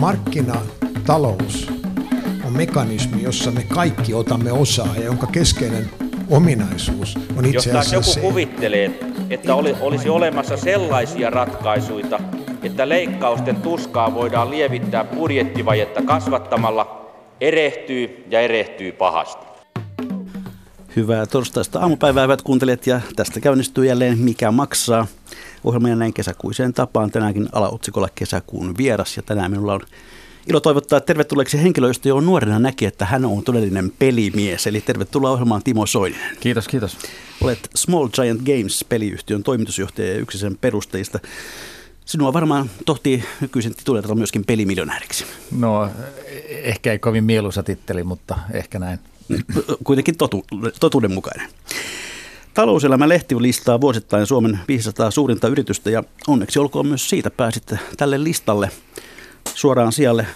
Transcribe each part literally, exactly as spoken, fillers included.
markkinatalous on mekanismi, jossa me kaikki otamme osaa ja jonka keskeinen ominaisuus on itse asiassa Jos taas se. joku kuvittelee, että oli, olisi olemassa sellaisia ratkaisuja, että leikkausten tuskaa voidaan lievittää budjettivajetta kasvattamalla, erehtyy ja erehtyy pahasti. Hyvää torstaista aamupäivää, hyvät kuuntelijat, ja tästä käynnistyy jälleen Mikä maksaa? Ohjelma näin kesäkuiseen tapaan, tänäänkin alaotsikolla kesäkuun vieras, ja tänään minulla on ilo toivottaa tervetulleeksi henkilö, josta jo nuorena näki, että hän on todellinen pelimies, eli tervetuloa ohjelmaan Timo Soininen. Kiitos, kiitos. Olet Small Giant Games-peliyhtiön toimitusjohtaja ja yksi sen perustajista. Sinua varmaan tohtii nykyisen tituleetella myöskin pelimiljonääriksi. No, ehkä ei kovin mieluisa titteli, mutta ehkä näin. Kuitenkin totu, totuudenmukainen. Talouselämä-lehti listaa vuosittain Suomen viisisataa suurinta yritystä, ja onneksi olkoon myös siitä pääsitte tälle listalle suoraan sijalle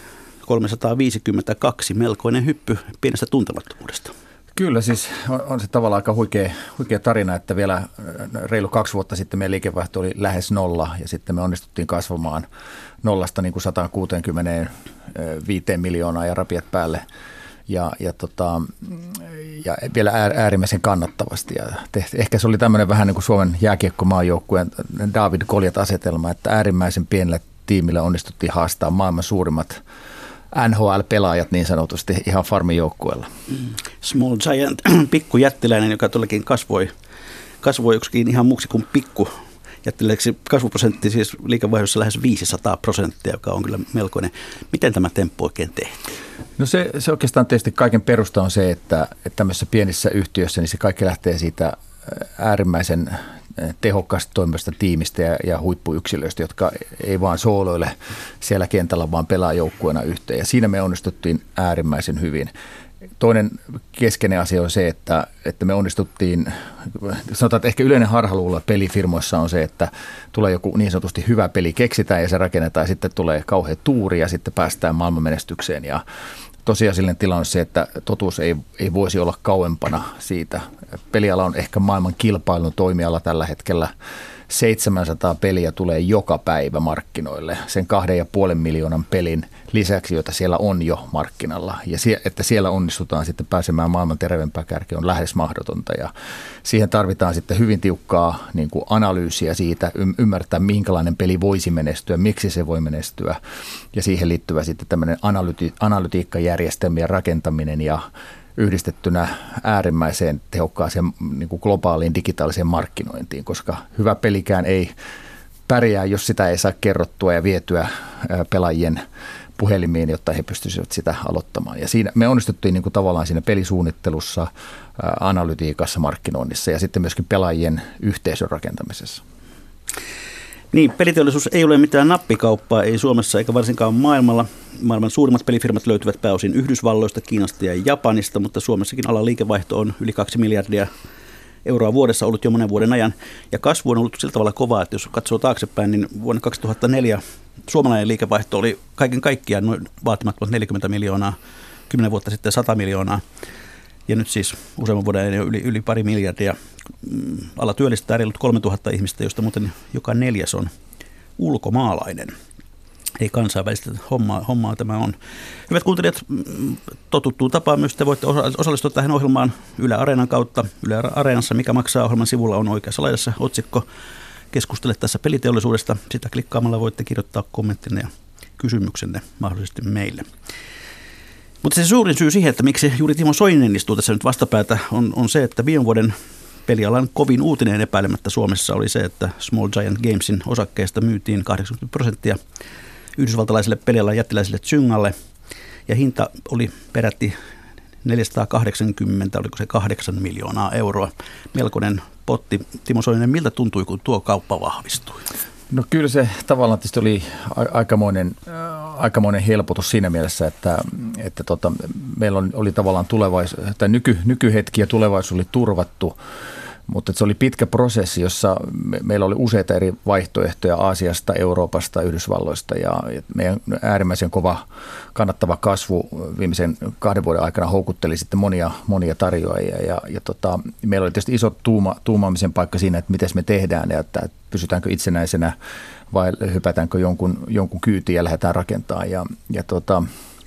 kolmesataaviisikymmentäkaksi, melkoinen hyppy pienestä tuntemattomuudesta. Kyllä, siis on, on se tavallaan aika huikea, huikea tarina, että vielä reilu kaksi vuotta sitten meidän liikevaihto oli lähes nolla, ja sitten me onnistuttiin kasvamaan nollasta niin kuin sata kuusikymmentäviisi miljoonaa ja rapiat päälle. Ja, ja, tota, ja vielä äärimmäisen kannattavasti. Ja tehti, ehkä se oli tämmöinen vähän niin kuin Suomen jääkiekkomaajoukkueen David Goliat-asetelma, että äärimmäisen pienellä tiimillä onnistuttiin haastaa maailman suurimmat N H L-pelaajat niin sanotusti ihan farmijoukkueella. Small Giant, pikkujättiläinen, joka tuollakin kasvoi, kasvoi yksikin ihan muuksi kuin pikku. Jättiläiseksi kasvuprosentti siis liikevaihdossa lähes viisisataa prosenttia, joka on kyllä melkoinen. Miten tämä temppu oikein tehtiin? No se, se oikeastaan tietysti kaiken perusta on se, että, että tämmöisessä pienissä yhtiössä niin se kaikki lähtee siitä äärimmäisen tehokkaasta toimivasta tiimistä ja, ja huippuyksilöistä, jotka ei vaan sooloile siellä kentällä, vaan pelaa joukkueena yhteen. Ja siinä me onnistuttiin äärimmäisen hyvin. Toinen keskeinen asia on se, että, että me onnistuttiin, sanotaan, että ehkä yleinen harhaluulo pelifirmoissa on se, että tulee joku niin sanotusti hyvä peli, keksitään ja se rakennetaan ja sitten tulee kauhea tuuri ja sitten päästään maailmanmenestykseen. Ja tosiasiallinen tilanne on se, että totuus ei, ei voisi olla kauempana siitä. Peliala on ehkä maailman kilpailun toimiala tällä hetkellä. seitsemänsataa peliä tulee joka päivä markkinoille sen kahden ja puolen miljoonan pelin lisäksi, joita siellä on jo markkinalla. Ja sie, että siellä onnistutaan sitten pääsemään maailman terveempään kärkeen on lähes mahdotonta. Ja siihen tarvitaan sitten hyvin tiukkaa niin kuin analyysiä siitä, ymmärtää minkälainen peli voisi menestyä, miksi se voi menestyä. Ja siihen liittyvä sitten tämmöinen analyti, analytiikkajärjestelmien rakentaminen ja yhdistettynä äärimmäiseen tehokkaaseen niin kuin globaaliin digitaaliseen markkinointiin, koska hyvä pelikään ei pärjää, jos sitä ei saa kerrottua ja vietyä pelaajien puhelimiin, jotta he pystyisivät sitä aloittamaan. Ja siinä me onnistuttiin niin kuin tavallaan siinä pelisuunnittelussa, analytiikassa, markkinoinnissa ja sitten myöskin pelaajien yhteisön rakentamisessa. Niin, peliteollisuus ei ole mitään nappikauppaa, ei Suomessa eikä varsinkaan maailmalla. Maailman suurimmat pelifirmat löytyvät pääosin Yhdysvalloista, Kiinasta ja Japanista, mutta Suomessakin alan liikevaihto on yli kaksi miljardia euroa vuodessa ollut jo monen vuoden ajan. Ja kasvu on ollut sillä tavalla kovaa, että jos katsoo taaksepäin, niin vuonna kaksituhattaneljä suomalainen liikevaihto oli kaiken kaikkiaan noin vaatimattomat neljäkymmentä miljoonaa, kymmenen vuotta sitten sata miljoonaa. Ja nyt siis useamman vuoden jo yli, yli pari miljardia. Ala työllistää reilut kolmetuhatta ihmistä, josta muuten joka neljäs on ulkomaalainen. Ei kansainvälistä hommaa, hommaa tämä on. Hyvät kuuntelijat, totuttuun tapaan myös te voitte osallistua tähän ohjelmaan Yle Areenan kautta. Yle Areenassa Mikä maksaa -ohjelman sivulla on oikeassa laidassa otsikko Keskustele tässä peliteollisuudesta. Sitä klikkaamalla voitte kirjoittaa kommenttinne ja kysymyksenne mahdollisesti meille. Mutta se suurin syy siihen, että miksi juuri Timo Soininen istuu tässä nyt vastapäätä, on, on se, että viime vuoden pelialan kovin uutinen epäilemättä Suomessa oli se, että Small Giant Gamesin osakkeista myytiin kahdeksankymmentä prosenttia yhdysvaltalaiselle pelialan jättiläiselle Zyngalle, ja hinta oli peräti neljäsataakahdeksankymmentä, oliko se kahdeksan miljoonaa euroa. Melkoinen potti. Timo Soininen, miltä tuntui, kun tuo kauppa vahvistui? No kyllä se tavallaan tietysti oli aikamoinen, aikamoinen helpotus siinä mielessä, että, että tota, meillä oli tavallaan tulevais, tai nyky, nykyhetki ja tulevaisuus oli turvattu, Mutta se oli pitkä prosessi, jossa me, meillä oli useita eri vaihtoehtoja Aasiasta, Euroopasta, Yhdysvalloista ja meidän äärimmäisen kova kannattava kasvu viimeisen kahden vuoden aikana houkutteli sitten monia, monia tarjoajia ja, ja tota, meillä oli tietysti iso tuuma, tuumaamisen paikka siinä, että miten me tehdään ja että pysytäänkö itsenäisenä vai hypätäänkö jonkun, jonkun kyytiin ja lähdetään rakentamaan ja, ja tota,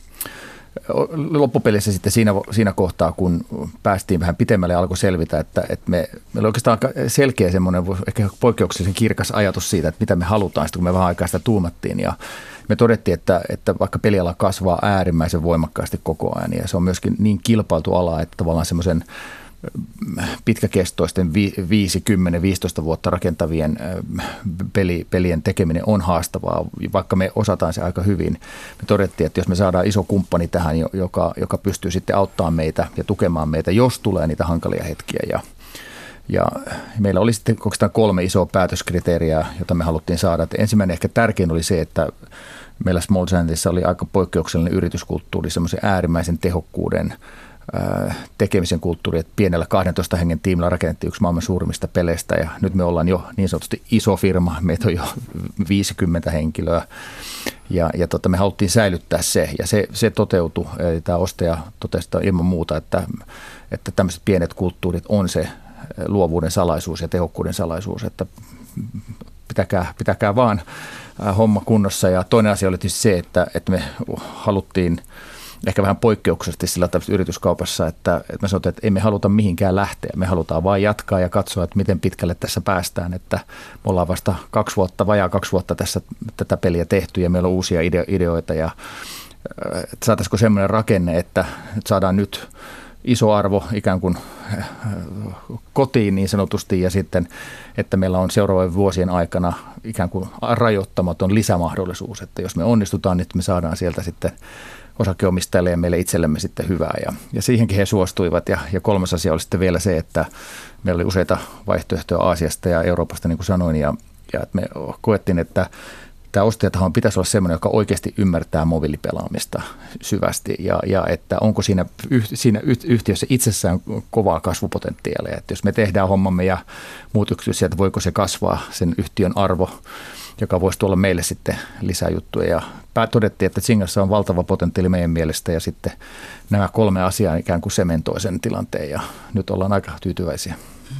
loppupelissä sitten siinä, siinä kohtaa, kun päästiin vähän pitemmälle ja alkoi selvitä, että, että me, meillä oli oikeastaan aika selkeä semmoinen ehkä poikkeuksellisen kirkas ajatus siitä, että mitä me halutaan, sitten kun me vähän aikaa sitä tuumattiin ja me todettiin, että, että vaikka peliala kasvaa äärimmäisen voimakkaasti koko ajan ja se on myöskin niin kilpailtu ala, että tavallaan semmoisen pitkäkestoisten viisi, kymmenen, viisitoista vuotta rakentavien peli, pelien tekeminen on haastavaa, vaikka me osataan se aika hyvin. Me todettiin, että jos me saadaan iso kumppani tähän, joka, joka pystyy sitten auttamaan meitä ja tukemaan meitä, jos tulee niitä hankalia hetkiä. Ja, ja meillä oli sitten oikeastaan kolme isoa päätöskriteeriä, jota me haluttiin saada. Että ensimmäinen ehkä tärkein oli se, että meillä Small Giantsissa oli aika poikkeuksellinen yrityskulttuuri, semmoisen äärimmäisen tehokkuuden tekemisen kulttuuri, että pienellä kahdentoista hengen tiimillä rakennettiin yksi maailman suurimmista peleistä ja nyt me ollaan jo niin sanotusti iso firma, meitä on jo viisikymmentä henkilöä ja, ja tota, me haluttiin säilyttää se ja se, se toteutui, eli tämä ostaja totesi ilman muuta, että, että tämmöiset pienet kulttuurit on se luovuuden salaisuus ja tehokkuuden salaisuus, että pitäkää, pitäkää vaan homma kunnossa ja toinen asia oli tietysti se, että, että me haluttiin ehkä vähän poikkeuksellisesti sillä tämmöisessä yrityskaupassa, että, että me sanotaan, että emme haluta mihinkään lähteä. Me halutaan vain jatkaa ja katsoa, että miten pitkälle tässä päästään. Että me ollaan vasta kaksi vuotta, vajaa kaksi vuotta tässä tätä peliä tehty ja meillä on uusia ideoita. Ja että saataisiko semmoinen rakenne, että saadaan nyt iso arvo ikään kuin kotiin niin sanotusti ja sitten, että meillä on seuraavien vuosien aikana ikään kuin rajoittamaton lisämahdollisuus. Että jos me onnistutaan, niin me saadaan sieltä sitten osakeomistajille ja meille itsellemme sitten hyvää. Ja, ja siihenkin he suostuivat. Ja, ja kolmas asia oli sitten vielä se, että meillä oli useita vaihtoehtoja Aasiasta ja Euroopasta, niin kuin sanoin. Ja, ja että me koettiin, että tämä ostajataho pitäisi olla sellainen, joka oikeasti ymmärtää mobiilipelaamista syvästi. Ja, ja että onko siinä, siinä yhtiössä itsessään kovaa kasvupotentiaalia. Että jos me tehdään hommamme ja muut yksityiset, että voiko se kasvaa sen yhtiön arvo, joka voisi tuolla meille sitten lisää juttuja. Ja todettiin, että Zingassa on valtava potentiaali meidän mielestä ja sitten nämä kolme asiaa ikään kuin sementoi sen tilanteen ja nyt ollaan aika tyytyväisiä.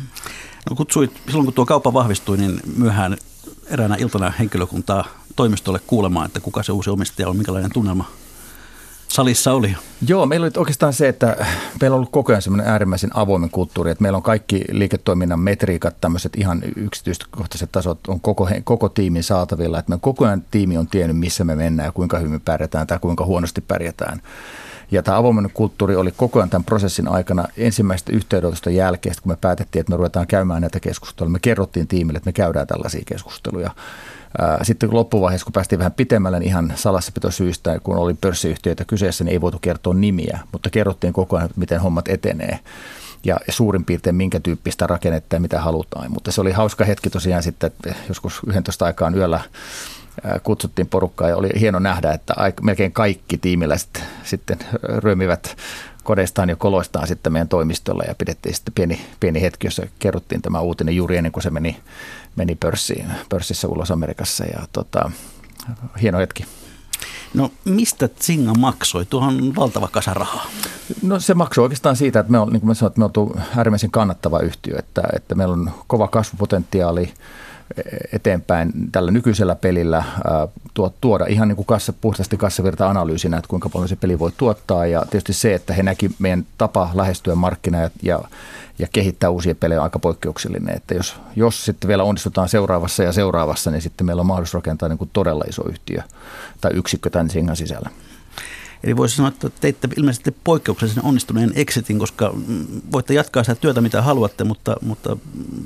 No kutsuit, silloin kun tuo kauppa vahvistui, niin myöhään eräänä iltana henkilökuntaa toimistolle kuulemaan, että kuka se uusi omistaja on, minkälainen tunnelma salissa oli. Joo, meillä oli oikeastaan se, että meillä on ollut koko ajan semmoinen äärimmäisen avoimen kulttuuri, että meillä on kaikki liiketoiminnan metriikat, tämmöiset ihan yksityiskohtaiset tasot on koko, koko tiimin saatavilla, että me koko ajan tiimi on tiennyt, missä me mennään ja kuinka hyvin pärjätään tai kuinka huonosti pärjätään. Ja tämä avoimen kulttuuri oli koko ajan tämän prosessin aikana ensimmäistä yhteydenotosta jälkeen, kun me päätettiin, että me ruvetaan käymään näitä keskusteluja. Me kerrottiin tiimille, että me käydään tällaisia keskusteluja. Sitten loppuvaiheessa, kun päästiin vähän pitemmälle, niin ihan salassapitosyistä, kun oli pörssiyhtiöitä kyseessä, niin ei voitu kertoa nimiä, mutta kerrottiin koko ajan, miten hommat etenee ja suurin piirtein minkä tyyppistä rakennetta ja mitä halutaan. Mutta se oli hauska hetki tosiaan sitten, että joskus yksitoista aikaan yöllä kutsuttiin porukkaa ja oli hieno nähdä, että melkein kaikki tiimiläiset sitten ryömivät kodeistaan ja koloistaan sitten meidän toimistolla ja pidettiin sitten pieni, pieni hetki, jossa kerrottiin tämä uutinen juuri ennen kuin se meni, meni pörssiin, pörssissä ulos Amerikassa ja tota, hieno hetki. No mistä Zynga maksoi? Tuohon on valtava kasa rahaa. No se maksoi oikeastaan siitä, että me on, niin kuin mä sanoin, että me oltu äärimmäisen kannattava yhtiö, että, että meillä on kova kasvupotentiaali eteenpäin tällä nykyisellä pelillä tuoda ihan niin kuin kassa, puhtaasti kassavirta-analyysinä, että kuinka paljon se peli voi tuottaa ja tietysti se, että he näki meidän tapa lähestyä markkinaa ja, ja, ja kehittää uusia pelejä on aika poikkeuksellinen, että jos, jos sitten vielä onnistutaan seuraavassa ja seuraavassa, niin sitten meillä on mahdollisuus rakentaa niin kuin todella iso yhtiö tai yksikkö tämän Zyngan sisällä. Eli voisi sanoa, että teitte ilmeisesti poikkeuksellisen onnistuneen exitin, koska voitte jatkaa sitä työtä, mitä haluatte, mutta, mutta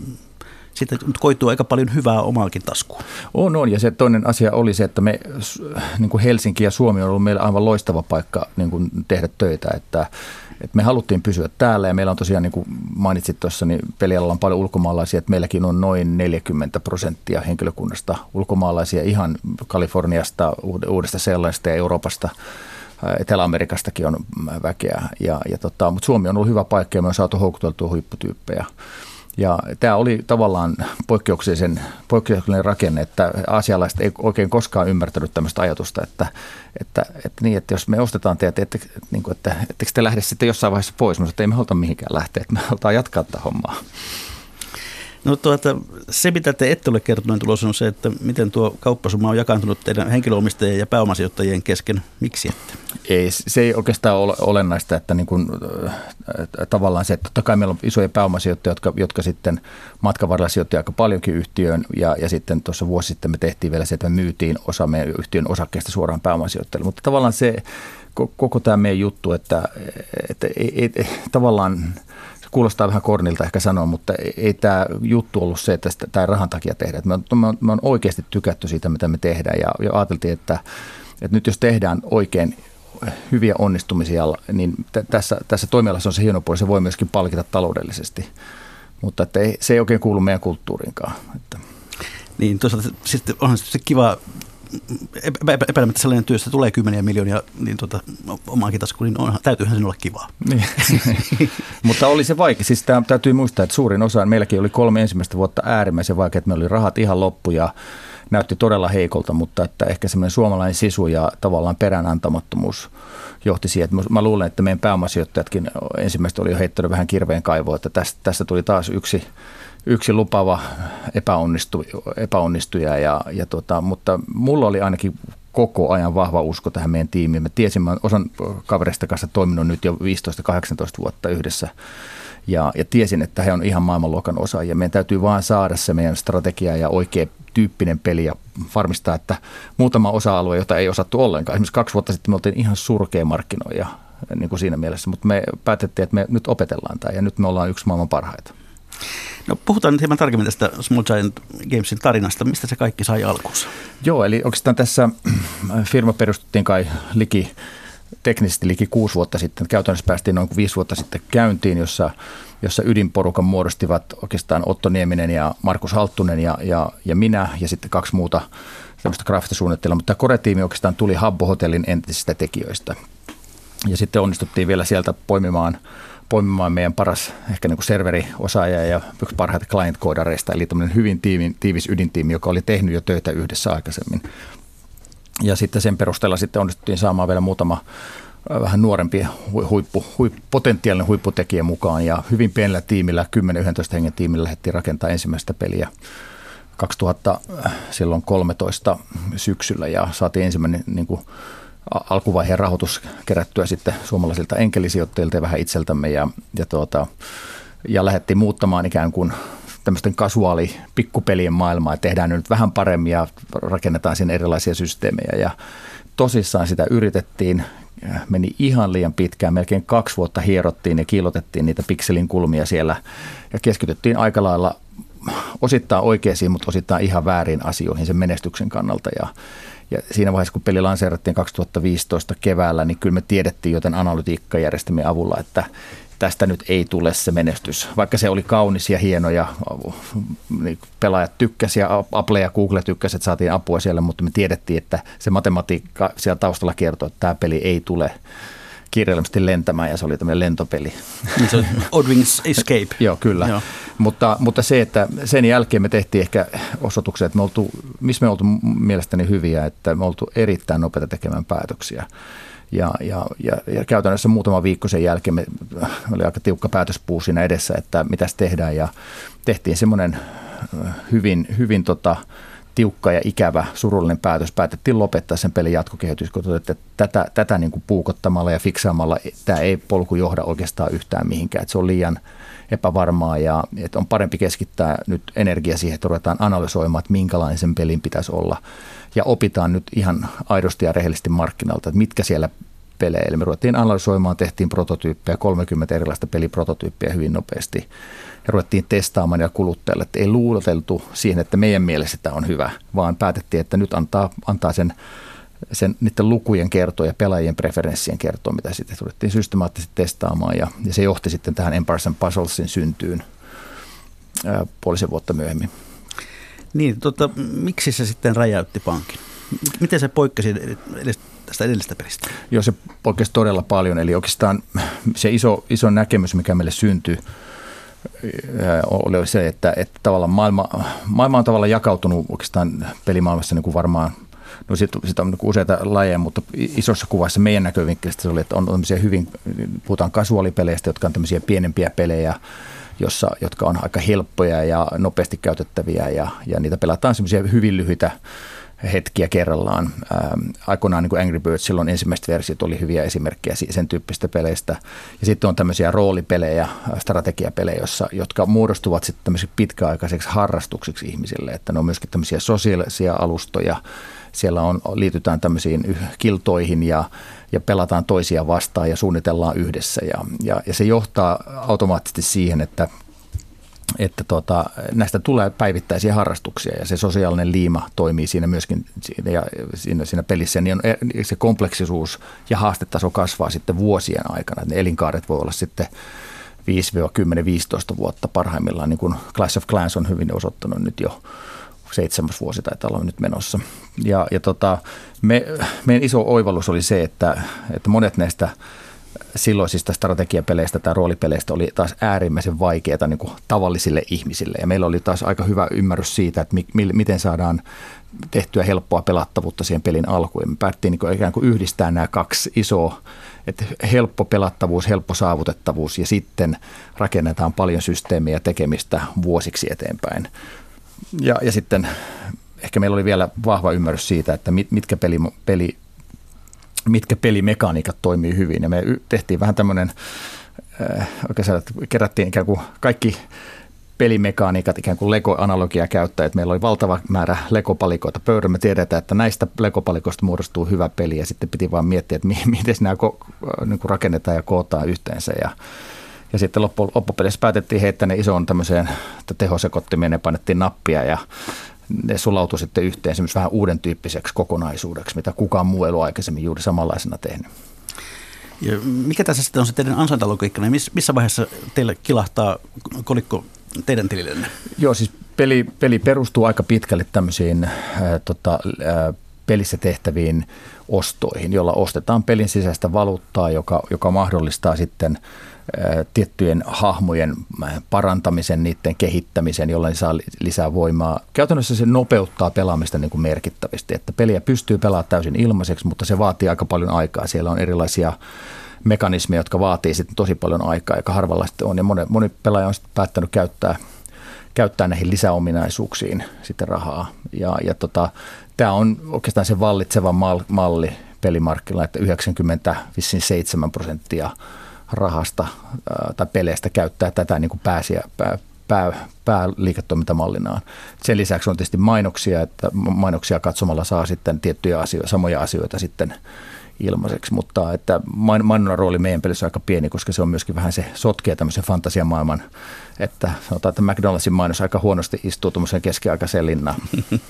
sitten koituu aika paljon hyvää omaakin taskuun. On, on. Ja se toinen asia oli se, että me, niin kuin Helsinki ja Suomi on ollut meillä aivan loistava paikka niin kuin tehdä töitä, että, että me haluttiin pysyä täällä ja meillä on tosiaan, niin kuin mainitsit tuossa, niin pelialalla on paljon ulkomaalaisia, että meilläkin on noin neljäkymmentä prosenttia henkilökunnasta ulkomaalaisia ihan Kaliforniasta, Uudesta Seelannista ja Euroopasta. Etelä-Amerikastakin on väkeä, ja, ja tota, mutta Suomi on ollut hyvä paikka ja me on saatu houkuteltua huipputyyppejä. Ja tämä oli tavallaan poikkeuksellisen, poikkeuksellinen rakenne, että aasialaiset ei oikein koskaan ymmärtänyt tämmöistä ajatusta, että, että, että, niin, että jos me ostetaan teitä, että, niin kuin, että ettekö te lähde sitten jossain vaiheessa pois, mutta ei me haluta mihinkään lähteä, että me halutaan jatkaa tätä hommaa. No tuota, se, mitä te ette ole kertoneet tulos, on se, että miten tuo kauppasumma on jakaantunut teidän henkilöomistajien ja pääomasijoittajien kesken. Miksi ette? Ei, se ei oikeastaan ole olennaista, että niin kuin, äh, tavallaan se, että totta kai meillä on isoja pääomasijoittajia, jotka, jotka sitten matkan varrella sijoittaa aika paljonkin yhtiöön, ja, ja sitten tuossa vuosi sitten me tehtiin vielä se, että me myytiin osa meidän yhtiön osakkeista suoraan pääomasijoittajille, mutta tavallaan se, koko tämä meidän juttu, että, että ei, ei, tavallaan kuulostaa vähän kornilta ehkä sanoa, mutta ei, ei tämä juttu ollut se, että tämä rahan takia tehdään. Me on, me, on, me on oikeasti tykätty siitä, mitä me tehdään, ja, ja ajateltiin, että, että nyt jos tehdään oikein hyviä onnistumisia, niin t- tässä, tässä toimialassa on se hieno puoli, se voi myöskin palkita taloudellisesti, mutta että ei, se ei oikein kuulu meidän kulttuuriinkaan. Että. Niin, toisaalta sitten onhan se kiva, epäilemättä sellainen työ, että tulee kymmeniä miljoonia niin tuota, omaankin taskuun, niin onhan, täytyyhän sen olla kivaa. Niin. Mutta oli se vaikea. Siis tämä, täytyy muistaa, että suurin osa, meilläkin oli kolme ensimmäistä vuotta äärimmäisen vaikea, että meillä oli rahat ihan loppu ja näytti todella heikolta, mutta että ehkä semmoinen suomalainen sisu ja tavallaan peräänantamattomuus johti siihen. Että mä luulen, että meidän pääomasijoittajatkin ensimmäistä oli jo heittänyt vähän kirveen kaivoa, että tästä, tästä tuli taas yksi Yksi lupaava epäonnistu, epäonnistuja, ja, ja tota, mutta mulla oli ainakin koko ajan vahva usko tähän meidän tiimiin. Mä tiesin, mä osan kavereista kanssa toiminut nyt jo viisitoista kahdeksantoista vuotta yhdessä, ja, ja tiesin, että he on ihan maailmanluokan osaajia. Meidän täytyy vaan saada se meidän strategia ja oikea tyyppinen peli ja varmistaa, että muutama osa-alue, jota ei osattu ollenkaan. Esimerkiksi kaksi vuotta sitten me oltiin ihan surkea markkinoija niin kuin siinä mielessä, mutta me päätettiin, että me nyt opetellaan tämä, ja nyt me ollaan yksi maailman parhaita. No, puhutaan nyt hieman tarkemmin tästä Small Giant Gamesin tarinasta. Mistä se kaikki sai alkuunsa? Joo, eli oikeastaan tässä firma perustettiin kai liki, teknisesti liki kuusi vuotta sitten. Käytännössä päästiin noin viisi vuotta sitten käyntiin, jossa, jossa ydinporukan muodostivat oikeastaan Otto Nieminen ja Markus Halttunen ja, ja, ja minä ja sitten kaksi muuta tämmöistä graafista mutta tämä Core-tiimi oikeastaan tuli Habbo Hotellin entisistä tekijöistä. Ja sitten onnistuttiin vielä sieltä poimimaan poimimaan meidän paras ehkä niin kuin serveriosaaja ja yksi parhaita client-koodareista, eli tämmöinen hyvin tiivi, tiivis ydintiimi, joka oli tehnyt jo töitä yhdessä aikaisemmin. Ja sitten sen perusteella sitten onnistuttiin saamaan vielä muutama vähän nuorempi huippu, huippu, potentiaalinen huipputekijä mukaan, ja hyvin pienellä tiimillä, kymmenen yksitoista hengen tiimillä lähdettiin rakentamaan ensimmäistä peliä kaksituhattakolmetoista syksyllä, ja saatiin ensimmäinen niin kuin alkuvaiheen rahoitus kerättyä sitten suomalaisilta enkelisijoittajilta ja vähän itseltämme, ja, ja, tuota, ja lähdettiin muuttamaan ikään kuin tämmöisten kasuaali pikkupelien maailmaa, että tehdään nyt vähän paremmin ja rakennetaan sinne erilaisia systeemejä, ja tosissaan sitä yritettiin, meni ihan liian pitkään, melkein kaksi vuotta hierottiin ja kiilotettiin niitä pikselin kulmia siellä ja keskityttiin aika lailla osittain oikeisiin, mutta osittain ihan väärin asioihin sen menestyksen kannalta, ja Ja siinä vaiheessa, kun peli lanseerattiin kaksituhattaviisitoista keväällä, niin kyllä me tiedettiin joten analytiikkajärjestelmien avulla, että tästä nyt ei tule se menestys. Vaikka se oli kaunis ja hieno ja niin pelaajat tykkäsivät ja Apple ja Google tykkäsivät, että saatiin apua siellä, mutta me tiedettiin, että se matematiikka siellä taustalla kertoo, että tämä peli ei tule kirjaimellisesti lentämään, ja se oli tämmöinen lentopeli. Niin se on Oddwings Escape. Joo, kyllä. Joo. Mutta, mutta se, että sen jälkeen me tehtiin ehkä osoituksia, että me oltu, missä me oltu mielestäni hyviä, että me oltu erittäin nopeita tekemään päätöksiä. Ja, ja, ja, ja käytännössä muutama viikko sen jälkeen me, me oli aika tiukka päätöspuu siinä edessä, että mitäs tehdään, ja tehtiin semmoinen hyvin, hyvin tota, tiukka ja ikävä, surullinen päätös. Päätettiin lopettaa sen pelin jatkokehitys, kun todettiin, että tätä, tätä niin kuin puukottamalla ja fiksaamalla tämä ei polku johda oikeastaan yhtään mihinkään. Että se on liian epävarmaa, ja että on parempi keskittää nyt energia siihen, että ruvetaan analysoimaan, että minkälainen sen pelin pitäisi olla. Ja opitaan nyt ihan aidosti ja rehellisesti markkinalta, että mitkä siellä pelejä. Eli me ruvettiin analysoimaan, tehtiin prototyyppejä, kolmekymmentä erilaista peliprototyyppiä hyvin nopeasti. Ja ruvettiin testaamaan ja kuluttajalle, että ei luuloteltu siihen, että meidän mielestä tämä on hyvä, vaan päätettiin, että nyt antaa, antaa sen, sen niiden lukujen kertoa ja pelaajien preferenssien kertoa, mitä sitten ruvettiin systemaattisesti testaamaan. Ja, ja se johti sitten tähän Empires and Puzzlesin syntyyn ää, puolisen vuotta myöhemmin. Niin, tota, miksi se sitten räjäytti pankin? Miten se poikkesi edes tästä edellisestä pelistä? Joo, se poikkesi todella paljon. Eli oikeastaan se iso, iso näkemys, mikä meille syntyi oli se, että, että tavallaan maailma, maailma on tavallaan jakautunut oikeastaan pelimaailmassa niin kuin varmaan, no siitä, siitä on niin kuin useita lajeja, mutta isossa kuvassa meidän näkövinkkelistä se oli, että on tämmöisiä hyvin, puhutaan kasuaalipeleistä, jotka on tämmöisiä pienempiä pelejä, jossa, jotka on aika helppoja ja nopeasti käytettäviä ja, ja niitä pelataan semmoisia hyvin lyhyitä hetkiä kerrallaan. Ähm, aikoinaan niin kuin Angry Birds, silloin ensimmäiset versiot oli hyviä esimerkkejä sen tyyppistä peleistä. Ja sitten on tämmöisiä roolipelejä, strategiapelejä, jossa, jotka muodostuvat sitten tämmöisiksi pitkäaikaiseksi harrastuksiksi ihmisille. Että ne on myöskin tämmöisiä sosiaalisia alustoja. Siellä on, liitytään tämmöisiin kiltoihin ja, ja pelataan toisia vastaan ja suunnitellaan yhdessä. Ja, ja, ja se johtaa automaattisesti siihen, että että tota, näistä tulee päivittäisiä harrastuksia ja se sosiaalinen liima toimii siinä myöskin siinä, ja siinä, siinä pelissä. Niin on, se kompleksisuus ja haastetaso kasvaa sitten vuosien aikana. Ne elinkaaret voi olla sitten viisi kymmenen viisitoista vuotta parhaimmillaan, niin kuin Clash of Clans on hyvin osoittanut nyt jo seitsemäs vuosi taitaa olla nyt menossa. Ja, ja tota, me, meidän iso oivallus oli se, että, että monet näistä silloisista strategiapeleistä tai roolipeleistä oli taas äärimmäisen vaikeaa niin kuin tavallisille ihmisille. Ja meillä oli taas aika hyvä ymmärrys siitä, että mi- miten saadaan tehtyä helppoa pelattavuutta siihen pelin alkuun. Ja me päättiin niin kuin ikään kuin yhdistää nämä kaksi isoa, että helppo pelattavuus, helppo saavutettavuus ja sitten rakennetaan paljon systeemiä ja tekemistä vuosiksi eteenpäin. Ja, ja sitten ehkä meillä oli vielä vahva ymmärrys siitä, että mit, mitkä peli, peli mitkä pelimekaniikat toimii hyvin. Ja me tehtiin vähän tämmöinen, äh, oikeastaan, että kerättiin ikään kuin kaikki pelimekaniikat ikään kuin Lego-analogia käyttää, että meillä oli valtava määrä Lego-palikoita pöydällä. Me tiedetään, että näistä Lego-palikoista muodostuu hyvä peli ja sitten piti vaan miettiä, että mi- miten nämä ko- niin kuin rakennetaan ja kootaan yhteensä. Ja, ja sitten loppu- loppupeleissä päätettiin heittää ne isoon tämmöiseen tehosekottimeen ja painettiin nappia ja ne sulautui sitten yhteen semmoisen vähän uuden tyyppiseksi kokonaisuudeksi, mitä kukaan muu ei ollut aikaisemmin juuri samanlaisena tehnyt. Ja mikä tässä sitten on se teidän ansaintalogiikka? Missä vaiheessa teille kilahtaa kolikko teidän tilillenne? Joo, siis peli, peli perustuu aika pitkälle tämmöisiin äh, tota, äh, pelissä tehtäviin ostoihin, jolla ostetaan pelin sisäistä valuuttaa, joka, joka mahdollistaa sitten tiettyjen hahmojen parantamisen, niiden kehittämisen, jolla ne saa lisää voimaa. Käytännössä se nopeuttaa pelaamista niin kuin merkittävästi, että peliä pystyy pelaamaan täysin ilmaiseksi, mutta se vaatii aika paljon aikaa. Siellä on erilaisia mekanismeja, jotka vaatii sitten tosi paljon aikaa, aika harvalla sitten on. Ja moni, moni pelaaja on sitten päättänyt käyttää, käyttää näihin lisäominaisuuksiin sitten rahaa. Ja, ja tämä on oikeastaan se vallitseva malli pelimarkkinoilla, että yhdeksänkymmentäseitsemän prosenttia rahasta tai peleistä käyttää tätä niin kuin pääsiä, pää, pää, pääliiketoimintamallinaan. Sen lisäksi on tietysti mainoksia, että mainoksia katsomalla saa sitten tiettyjä asioita, samoja asioita sitten ilmaiseksi, mutta että mainonnan rooli meidän pelissä on aika pieni, koska se on myöskin vähän se sotkee tämmöisen fantasiamaailman, että sanotaan, että McDonaldsin mainos aika huonosti istuu tuommoiseen keskiaikaiseen linnaan.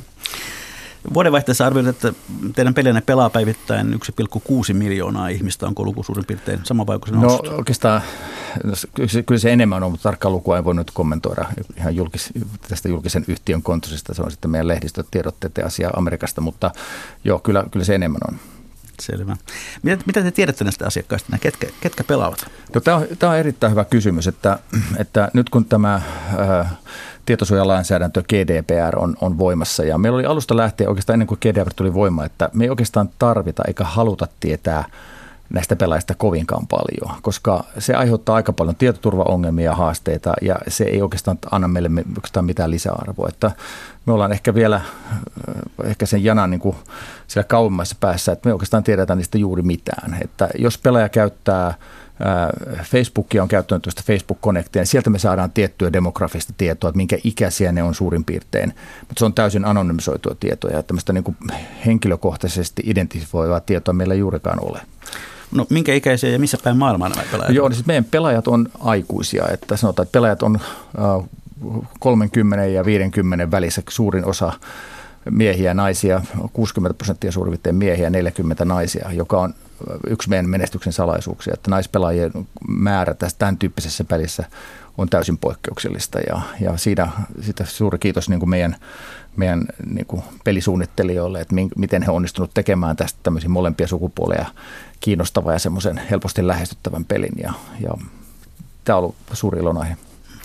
Vuodenvaihteessa arvioidaan, että teidän peliänne pelaa päivittäin yksi pilkku kuusi miljoonaa ihmistä. Onko luku suurin piirtein sama vai onko se noussut? No oikeastaan, kyllä se enemmän on, mutta tarkkaa lukua en voi nyt kommentoida ihan julkis, tästä julkisen yhtiön kontosista. Se on sitten meidän lehdistötiedotteiden asia Amerikasta, mutta joo, kyllä, kyllä se enemmän on. Selvä. Mitä, mitä te tiedätte näistä asiakkaista? Ketkä, ketkä pelaavat? No, tämä, on, tämä on erittäin hyvä kysymys, että, että nyt kun tämä äh, tietosuojalainsäädäntö G D P R on, on voimassa ja meillä oli alusta lähtien oikeastaan ennen kuin G D P R tuli voimaan, että me ei oikeastaan tarvita eikä haluta tietää näistä pelaajista kovinkaan paljon, koska se aiheuttaa aika paljon tietoturvaongelmia ja haasteita ja se ei oikeastaan anna meille oikeastaan mitään lisäarvoa. Että me ollaan ehkä vielä ehkä sen janan niin kuin siellä kauemmassa päässä, että me oikeastaan tiedetään niistä juuri mitään. Että jos pelaaja käyttää Facebookia, on käyttänyt tuosta Facebook Connectia, niin sieltä me saadaan tiettyä demografista tietoa, että minkä ikäisiä ne on suurin piirtein, mutta se on täysin anonymisoitua tietoa ja tämmöistä niin kuin henkilökohtaisesti identifioivaa tietoa meillä ei juurikaan ole. No minkä ikäisiä ja missä päin maailmaa nämä pelaajat? Joo, niin siis meidän pelaajat on aikuisia, että sanotaan, että pelaajat on kolmekymmentä ja viisikymmentä välissä suurin osa miehiä ja naisia, kuusikymmentä prosenttia suurin piirtein miehiä ja neljäkymmentä naisia, joka on yksi meidän menestyksen salaisuuksia, että naispelaajien määrä tässä tämän tyyppisessä pelissä on täysin poikkeuksellista ja, ja siitä, siitä suuri kiitos niin kuin meidän, meidän niin kuin pelisuunnittelijoille, että miten he on onnistunut tekemään tästä tämmöisiä molempia sukupuolia kiinnostavaa ja semmoisen helposti lähestyttävän pelin ja, ja tämä on ollut suuri ilonaihe.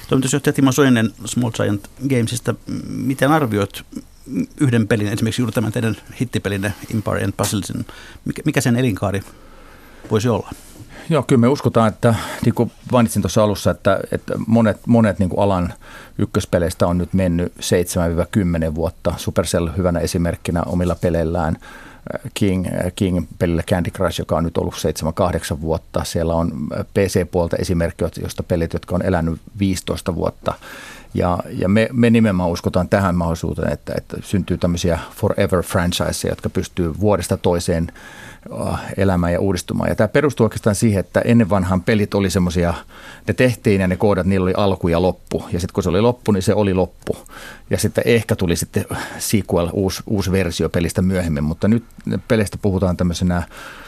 Toimitusjohtaja Timo Soinen Small Giant Gamesista, miten arvioit yhden pelin, esimerkiksi juuri tämän teidän hittipelinne Empire and Puzzlesin, mikä, mikä sen elinkaari voisi olla? Joo, kyllä me uskotaan, että niin kuin mainitsin tuossa alussa, että, että monet, monet niin kuin alan ykköspeleistä on nyt mennyt seitsemästä kymmeneen vuotta. Supercell hyvänä esimerkkinä omilla peleillään. King, King-pelillä Candy Crush, joka on nyt ollut seitsemän kahdeksan vuotta. Siellä on P C-puolta esimerkkejä, joista pelit, jotka on elänyt viisitoista vuotta. Ja, ja me, me nimenomaan uskotaan tähän mahdollisuuteen, että, että syntyy tämmöisiä forever franchiseja, jotka pystyy vuodesta toiseen elämään ja uudistumaan. Ja tämä perustuu oikeastaan siihen, että ennen vanhaan pelit oli semmoisia, ne tehtiin ja ne koodat, niillä oli alku ja loppu. Ja sitten kun se oli loppu, niin se oli loppu. Ja sitten ehkä tuli sitten sequel, uusi, uusi versio pelistä myöhemmin. Mutta nyt peleistä puhutaan tämmöisenä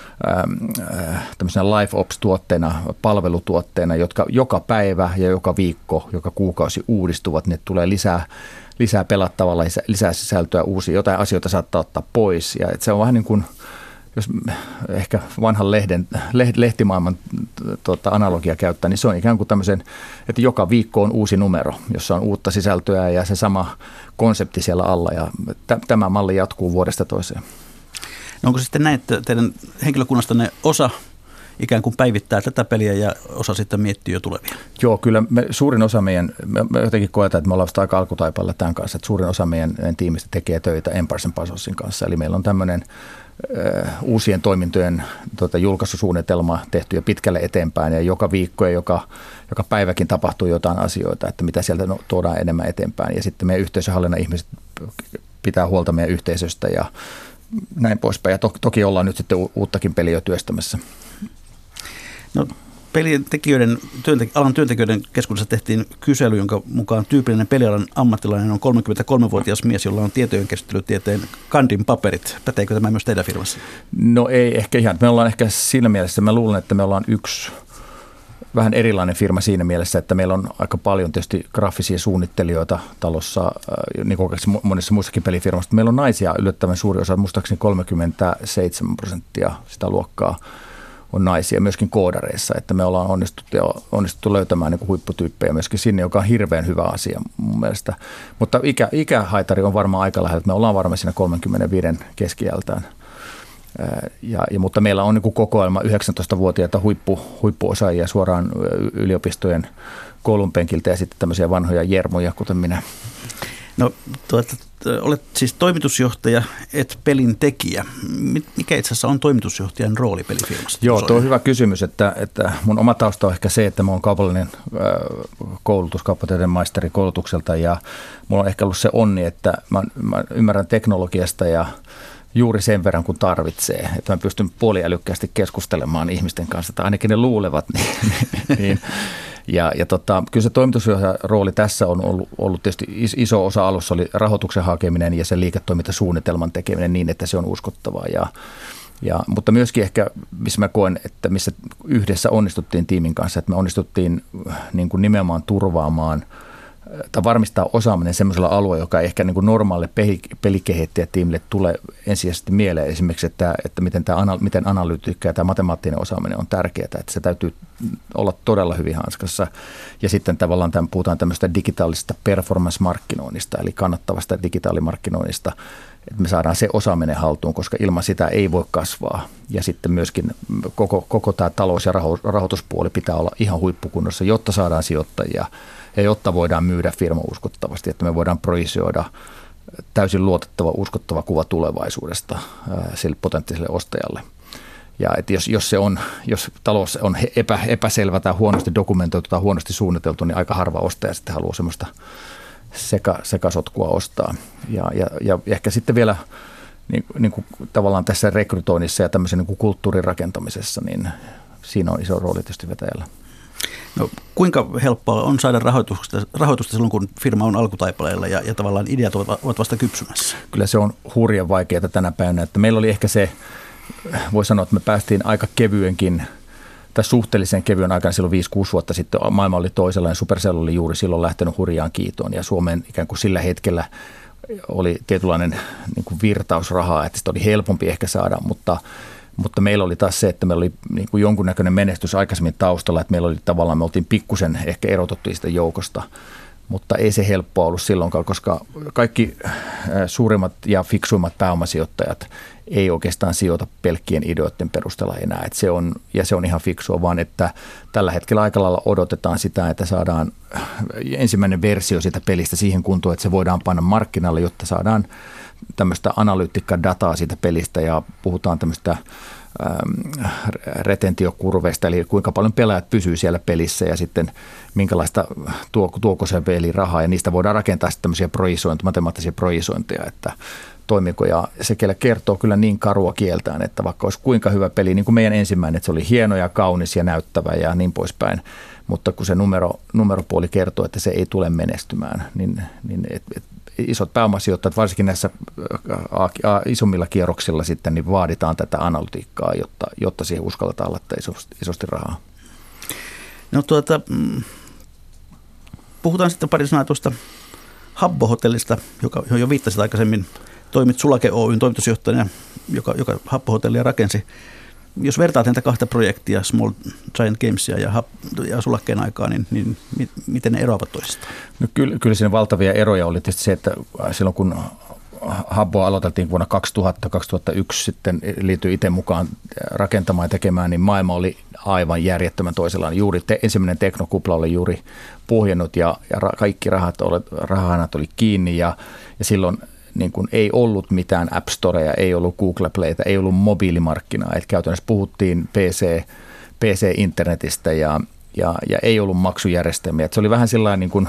tämmöisenä live ops-tuotteena, palvelutuotteena, jotka joka päivä ja joka viikko, joka kuukausi uudistuvat. Ne tulee lisää, lisää pelattavalla, lisää sisältöä, uusia, jotain asioita saattaa ottaa pois. Ja se on vähän niin kuin, jos ehkä vanhan lehden, lehtimaailman tuota, analogia käyttää, niin se on ikään kuin tämmöisen, että joka viikko on uusi numero, jossa on uutta sisältöä ja se sama konsepti siellä alla. Ja tämä malli jatkuu vuodesta toiseen. No onko sitten näin, että teidän henkilökunnastanne osa ikään kuin päivittää tätä peliä ja osa sitten miettii jo tulevia? Joo, kyllä me, suurin osa meidän, me jotenkin koetaan, että me ollaan vasta aika alkutaipalla tämän kanssa, että suurin osa meidän, meidän tiimistä tekee töitä Empire and Puzzlesin kanssa. Eli meillä on tämmöinen ö, uusien toimintojen tuota, julkaisusuunnitelma tehty jo pitkälle eteenpäin ja joka viikko ja joka, joka päiväkin tapahtuu jotain asioita, että mitä sieltä tuodaan enemmän eteenpäin. Ja sitten meidän yhteisöhallinnan ihmiset pitää huolta meidän yhteisöstä ja näin poispäin. Ja to, toki ollaan nyt sitten uuttakin peliä työstämässä. No, pelien tekijöiden, työntek- alan työntekijöiden keskuudessa tehtiin kysely, jonka mukaan tyypillinen pelialan ammattilainen on kolmekymmentäkolmevuotias mies, jolla on tietojenkäsittelytieteen kandin paperit. Päteekö tämä myös teidän firmassa? No ei ehkä ihan. Me ollaan ehkä siinä mielessä, mä luulen, että me ollaan yksi vähän erilainen firma siinä mielessä, että meillä on aika paljon tietysti graafisia suunnittelijoita talossa, niin kuin monissa muissakin pelifirmassa. Meillä on naisia yllättävän suuri osa, muistaakseni kolmekymmentäseitsemän prosenttia sitä luokkaa on naisia myöskin koodareissa, että me ollaan onnistuttu, onnistuttu löytämään niin huipputyyppejä myöskin sinne, joka on hirveän hyvä asia mun mielestä. Mutta ikä, ikähaitari on varmaan aika lähellä, me ollaan varmaan siinä kolmekymmentäviisi keskiältään. Ja, ja, mutta meillä on niin kuin kokoelma yhdeksäntoistavuotiaita huippu, huippuosaajia suoraan yliopistojen koulunpenkiltä ja sitten tämmöisiä vanhoja jermuja, kuten minä. No, tuota, olet siis toimitusjohtaja, et pelin tekijä. Mikä itse asiassa on toimitusjohtajan rooli pelifirmassa? Joo, tuo on hyvä kysymys, että, että mun oma tausta on ehkä se, että mä oon kaupallinen koulutus, kauppatieteen maisteri koulutukselta ja mulla on ehkä ollut se onni, että mä, mä ymmärrän teknologiasta ja juuri sen verran, kun tarvitsee, että mä pystyn puoliälykkäästi keskustelemaan ihmisten kanssa, tai ainakin ne luulevat. Niin, niin. Ja, ja tota, kyllä se toimitusjohtajan rooli tässä on ollut, ollut tietysti iso osa alussa, oli rahoituksen hakeminen ja sen liiketoimintasuunnitelman tekeminen niin, että se on uskottavaa. Ja, ja, mutta myöskin ehkä, missä mä koen, että missä yhdessä onnistuttiin tiimin kanssa, että me onnistuttiin niin kuin nimenomaan turvaamaan tai varmistaa osaaminen sellaisella alueella, joka ei ehkä niin kuin normaalille pelikehittäjätiimille tulee ensisijaisesti mieleen. Esimerkiksi, että, että miten, tämä, miten analyytikka ja tämä matemaattinen osaaminen on tärkeää, että se täytyy olla todella hyvin hanskassa. Ja sitten tavallaan tämän, puhutaan tämmöistä digitaalisesta performance-markkinoinnista, eli kannattavasta digitaalimarkkinoinnista, että me saadaan se osaaminen haltuun, koska ilman sitä ei voi kasvaa. Ja sitten myöskin koko, koko tämä talous- ja rahoituspuoli pitää olla ihan huippukunnossa, jotta saadaan sijoittajia ja jotta voidaan myydä firma uskottavasti, että me voidaan projisoida täysin luotettava, uskottava kuva tulevaisuudesta sille potentiaaliselle ostajalle. Ja että jos, jos, se on, jos talous on epä, epäselvä tai huonosti dokumentoitu tai huonosti suunniteltu, niin aika harva ostaja sitten haluaa semmoista seka, sekasotkua ostaa. Ja, ja, ja ehkä sitten vielä niin, niin kuin tavallaan tässä rekrytoinnissa ja tämmöisen niin kuin kulttuurin rakentamisessa, niin siinä on iso rooli tietysti vetäjällä. No, kuinka helppoa on saada rahoitusta, rahoitusta silloin, kun firma on alkutaipaleella ja, ja tavallaan ideat ovat vasta kypsymässä? Kyllä se on hurjan vaikeaa tänä päivänä. Että meillä oli ehkä se, voi sanoa, että me päästiin aika kevyenkin, tai suhteellisen kevyen aikana silloin viisi kuusi vuotta sitten. Maailma oli toisenlainen, Supercell oli juuri silloin lähtenyt hurjaan kiitoon ja Suomeen ikään kuin sillä hetkellä oli tietynlainen niin kuin virtausrahaa, että sitä oli helpompi ehkä saada, mutta Mutta meillä oli taas se, että meillä oli niin kuin jonkunnäköinen menestys aikaisemmin taustalla, että meillä oli tavallaan, me oltiin pikkusen ehkä erotuttu sitä joukosta, mutta ei se helppoa ollut silloinkaan, koska kaikki suurimmat ja fiksuimmat pääomasijoittajat ei oikeastaan sijoita pelkkien ideoiden perusteella enää. Et se on, ja se on ihan fiksua, vaan että tällä hetkellä aika lailla odotetaan sitä, että saadaan ensimmäinen versio siitä pelistä siihen kuntoon, että se voidaan panna markkinalle, jotta saadaan tämmöistä analyytikka-dataa siitä pelistä ja puhutaan tämmöistä retentiokurveista, eli kuinka paljon pelaajat pysyy siellä pelissä ja sitten minkälaista tuo, tuoko se peli rahaa, ja niistä voidaan rakentaa sitten tämmöisiä projisointeja, matemaattisia projisointeja, että toimiko, ja se kertoo kyllä niin karua kieltään, että vaikka olisi kuinka hyvä peli, niin kuin meidän ensimmäinen, että se oli hieno ja kaunis ja näyttävä ja niin poispäin, mutta kun se numero, numeropuoli kertoo, että se ei tule menestymään, niin, niin et, et, isot pääomasijoittajat, varsinkin näissä isommilla kierroksilla sitten, niin vaaditaan tätä analytiikkaa, jotta, jotta siihen uskalletaan laittaa isosti, isosti rahaa. No tuota, puhutaan sitten pari sanaa tuosta Habbo-hotellista, joka, johon jo viittasit aikaisemmin. Toimit Sulake Oyn toimitusjohtajana, joka, joka Habbo-hotellia rakensi. Jos vertaat näitä kahta projektia, Small Giant Gamesia ja, ja Sulakkeen aikaa, niin, niin miten ne eroavat toisistaan? No kyllä, kyllä siinä valtavia eroja oli tietysti se, että silloin kun Habboa aloiteltiin vuonna kaksituhatta kaksituhattayksi, sitten liityi itse mukaan rakentamaan ja tekemään, niin maailma oli aivan järjettömän toisellaan. Juuri te, ensimmäinen teknokupla oli juuri puhjennut ja, ja ra, kaikki rahat oli, rahanat oli kiinni ja, ja silloin niin kuin ei ollut mitään App Storea, ei ollut Google Playtä, ei ollut mobiilimarkkinaa. Et käytännössä puhuttiin P C, P C-internetistä ja, ja, ja ei ollut maksujärjestelmiä. Et se oli vähän sellainen, niin kuin,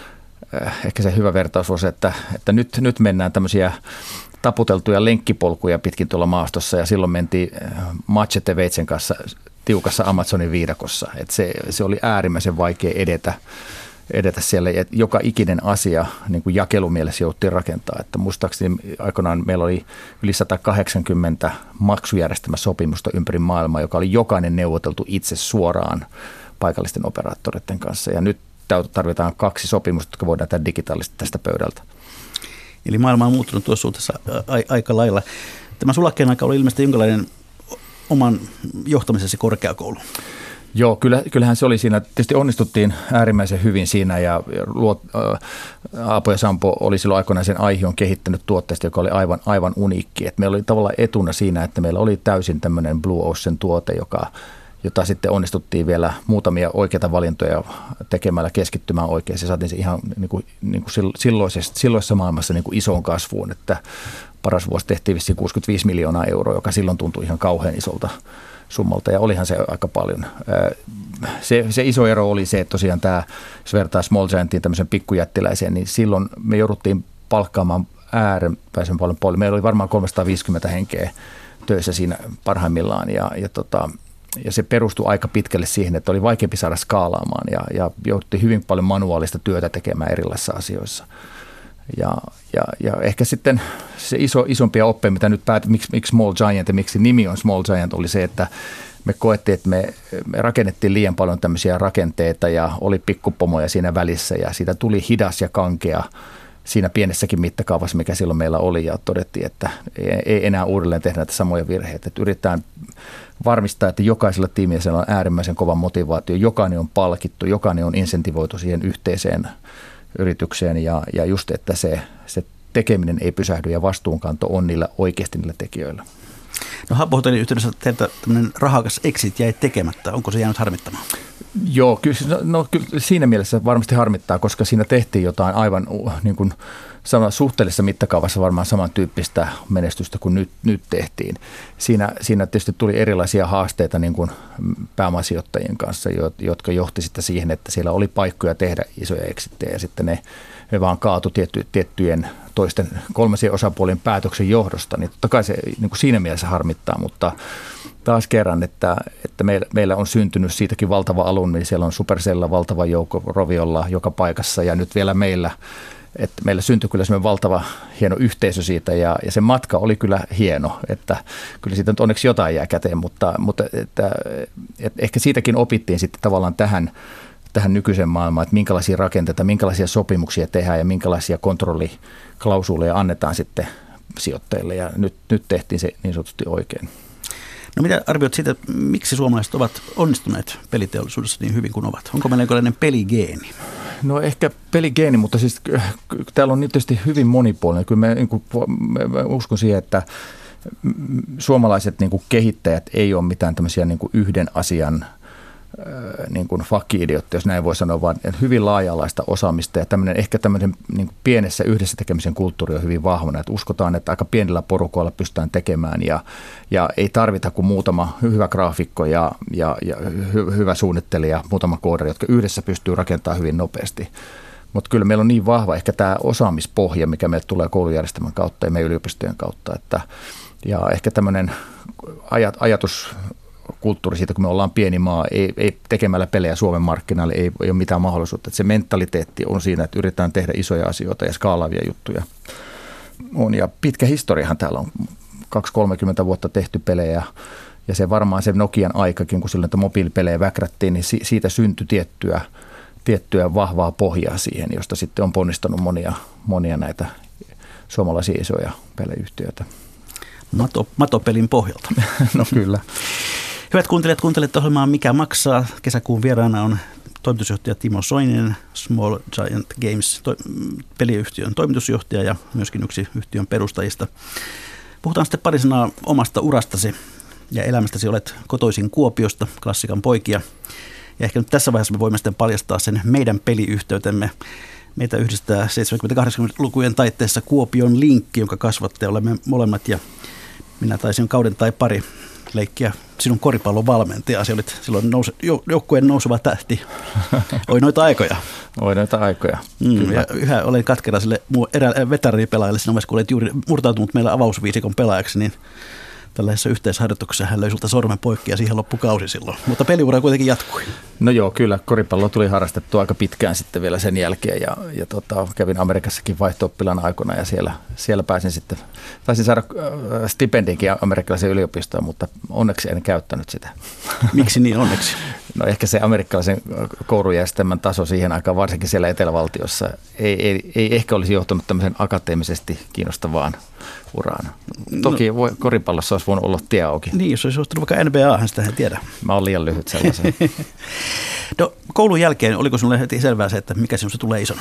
ehkä se hyvä vertaus on se, että, että nyt, nyt mennään tämmöisiä taputeltuja lenkkipolkuja pitkin tuolla maastossa ja silloin mentiin Machete Veitsen kanssa tiukassa Amazonin viidakossa. Et se, se oli äärimmäisen vaikea edetä. edetä siellä. Et joka ikinen asia niin kuin jakelumielessä jouttiin rakentaa. Että muistaakseni aikoinaan meillä oli yli sata kahdeksankymmentä maksujärjestelmäsopimusta ympäri maailmaa, joka oli jokainen neuvoteltu itse suoraan paikallisten operaattoreiden kanssa. Ja nyt tarvitaan kaksi sopimusta, jotka voidaan tehdä digitaalisesti tästä pöydältä. Eli maailma on muuttunut tuossa suhteessa a- aika lailla. Tämä Sulakkeen aika oli ilmeisesti jonkinlainen oman johtamisesi korkeakoulu. Joo, kyllä, kyllähän se oli siinä. Tietysti onnistuttiin äärimmäisen hyvin siinä ja luot, ä, Aapo ja Sampo oli silloin aikoinaan sen Aihion kehittänyt tuotteesta, joka oli aivan, aivan uniikki. Et meillä oli tavallaan etuna siinä, että meillä oli täysin tämmöinen Blue Ocean tuote, joka, jota sitten onnistuttiin vielä muutamia oikeita valintoja tekemällä keskittymään oikein. Se saatiin se ihan niin kuin, niin kuin silloisessa maailmassa niin kuin isoon kasvuun, että paras vuosi tehtiin vissiin kuusikymmentäviisi miljoonaa euroa, joka silloin tuntui ihan kauhean isolta summalta, ja olihan se aika paljon. Se, se iso ero oli se, että tosiaan tämä, jos vertaa Small Giantiin tämmöisen pikkujättiläiseen, niin silloin me jouduttiin palkkaamaan äärimmäisen paljon paljon. Meillä oli varmaan kolmesataaviisikymmentä henkeä töissä siinä parhaimmillaan, ja, ja, tota, ja se perustui aika pitkälle siihen, että oli vaikeampi saada skaalaamaan, ja, ja jouduttiin hyvin paljon manuaalista työtä tekemään erilaisissa asioissa. Ja, ja, ja ehkä sitten se iso, isompia oppeja, mitä nyt päätin, miksi, miksi Small Giant ja miksi nimi on Small Giant, oli se, että me koettiin, että me, me rakennettiin liian paljon tämmöisiä rakenteita ja oli pikkupomoja siinä välissä ja siitä tuli hidas ja kankea siinä pienessäkin mittakaavassa, mikä silloin meillä oli, ja todettiin, että ei enää uudelleen tehdä näitä samoja virheitä. Että yritetään varmistaa, että jokaisella tiimillä on äärimmäisen kova motivaatio, jokainen on palkittu, jokainen on insentivoitu siihen yhteiseen yritykseen ja, ja just, että se, se tekeminen ei pysähdy ja vastuunkanto on niillä oikeasti niillä tekijöillä. No Habbo-hotellin yhteydessä teiltä tämmöinen rahakas exit jäi tekemättä. Onko se jäänyt harmittamaan? Joo, kyllä, no, no, kyllä siinä mielessä varmasti harmittaa, koska siinä tehtiin jotain aivan niin kuin sama, suhteellisessa mittakaavassa varmaan samantyyppistä menestystä kuin nyt, nyt tehtiin. Siinä, siinä tietysti tuli erilaisia haasteita niin kuin pääomasijoittajien kanssa, jotka johti sitten siihen, että siellä oli paikkoja tehdä isoja exittejä ja sitten ne, ne vaan kaatu tietty, tiettyjen toisten kolmasien osapuolien päätöksen johdosta. Niin totta kai se niin kuin siinä mielessä harmittaa, mutta taas kerran, että, että meillä, meillä on syntynyt siitäkin valtava alumni. Siellä on Supercellilla valtava joukko, Roviolla joka paikassa ja nyt vielä meillä. Että meillä syntyi kyllä semmoinen valtava hieno yhteisö siitä ja, ja se matka oli kyllä hieno, että kyllä siitä nyt onneksi jotain jää käteen, mutta, mutta että, että ehkä siitäkin opittiin sitten tavallaan tähän, tähän nykyiseen maailmaan, että minkälaisia rakenteita, minkälaisia sopimuksia tehdään ja minkälaisia kontrolliklausuuleja annetaan sitten sijoittajille ja nyt, nyt tehtiin se niin sanotusti oikein. No mitä arvioit siitä, miksi suomalaiset ovat onnistuneet peliteollisuudessa niin hyvin kuin ovat? Onko meillä jonkinlainen peligeeni? No ehkä peligeeni, mutta siis täällä on tietysti hyvin monipuolinen. Kyllä mä, niin kuin, mä uskon siihen, että suomalaiset niin kuin kehittäjät ei ole mitään tämmöisiä niin kuin yhden asian niin kuin fakki-idiotti, jos näin voi sanoa, vaan hyvin laaja-alaista osaamista ja tämmöinen, ehkä tämmöinen niin kuin pienessä yhdessä tekemisen kulttuuri on hyvin vahvana, että uskotaan, että aika pienillä porukoilla pystytään tekemään ja, ja ei tarvita kuin muutama hyvä graafikko ja, ja, ja hy, hyvä suunnittelija, muutama koodari, jotka yhdessä pystyy rakentamaan hyvin nopeasti. Mutta kyllä meillä on niin vahva ehkä tämä osaamispohja, mikä meille tulee koulujärjestelmän kautta ja meidän yliopistojen kautta, että, ja ehkä tämmöinen ajat, ajatus kulttuuri siitä, kun me ollaan pieni maa, ei, ei tekemällä pelejä Suomen markkinalle, ei, ei ole mitään mahdollisuutta. Että se mentaliteetti on siinä, että yritetään tehdä isoja asioita ja skaalaavia juttuja. On, ja pitkä historiahan täällä on, kaksikymmentä kolmekymmentä vuotta tehty pelejä, ja se varmaan se Nokian aikakin, kun silloin että mobiilipelejä väkrättiin, niin si, siitä syntyi tiettyä, tiettyä vahvaa pohjaa siihen, josta sitten on ponnistanut monia, monia näitä suomalaisia isoja peleyhtiöitä. Mato, matopelin pohjalta. No kyllä. Hyvät kuuntelijat, kuuntelette ohjelmaa Mikä maksaa. Kesäkuun vieraana on toimitusjohtaja Timo Soininen, Small Giant Games to- peliyhtiön toimitusjohtaja ja myöskin yksi yhtiön perustajista. Puhutaan sitten pari sanaa omasta urastasi ja elämästäsi. Olet kotoisin Kuopiosta, klassikan poikia. Ja ehkä nyt tässä vaiheessa me voimme sitten paljastaa sen meidän peliyhteytemme. Meitä yhdistää seitsemänkymmentä-kahdeksankymmentälukujen taitteessa Kuopion Linkki, jonka kasvattaja olemme molemmat ja minä taisin kauden tai pari leikkiä sinun koripallon valmentaja. Se olit silloin nouse, joukkueen nouseva tähti. Oi noita aikoja. Oi noita aikoja. Mm, ja yhä olen katkera sille eräälle veteraanipelaajalle siinä vaiheessa, kun olet juuri murtautunut meillä avausviisikon pelaajaksi, niin tällaisessa yhteisharjoituksessa hän löi sulta sormen poikki ja siihen loppui kausi silloin. Mutta peliura kuitenkin jatkui. No joo, kyllä. Koripallo tuli harrastettua aika pitkään sitten vielä sen jälkeen ja, ja tota, kävin Amerikassakin vaihto-oppilaana aikana ja siellä, siellä pääsin sitten, taisin saada äh, stipendinkin amerikkalaisen yliopistoon, mutta onneksi en käyttänyt sitä. Miksi niin onneksi? No ehkä se amerikkalaisen koulujärjestelmän taso siihen aikaan, varsinkin siellä etelävaltiossa, ei, ei, ei ehkä olisi johtanut tämmöisen akateemisesti kiinnostavaan uraan. Toki no, koripallossa olisi voinut olla tie auki. Niin, jos olisi johtanut vaikka N B A, sitä en tiedä. Mä oon liian lyhyt sellaisen. No koulun jälkeen, oliko sinulle heti selvää se, että mikä sinusta tulee isona?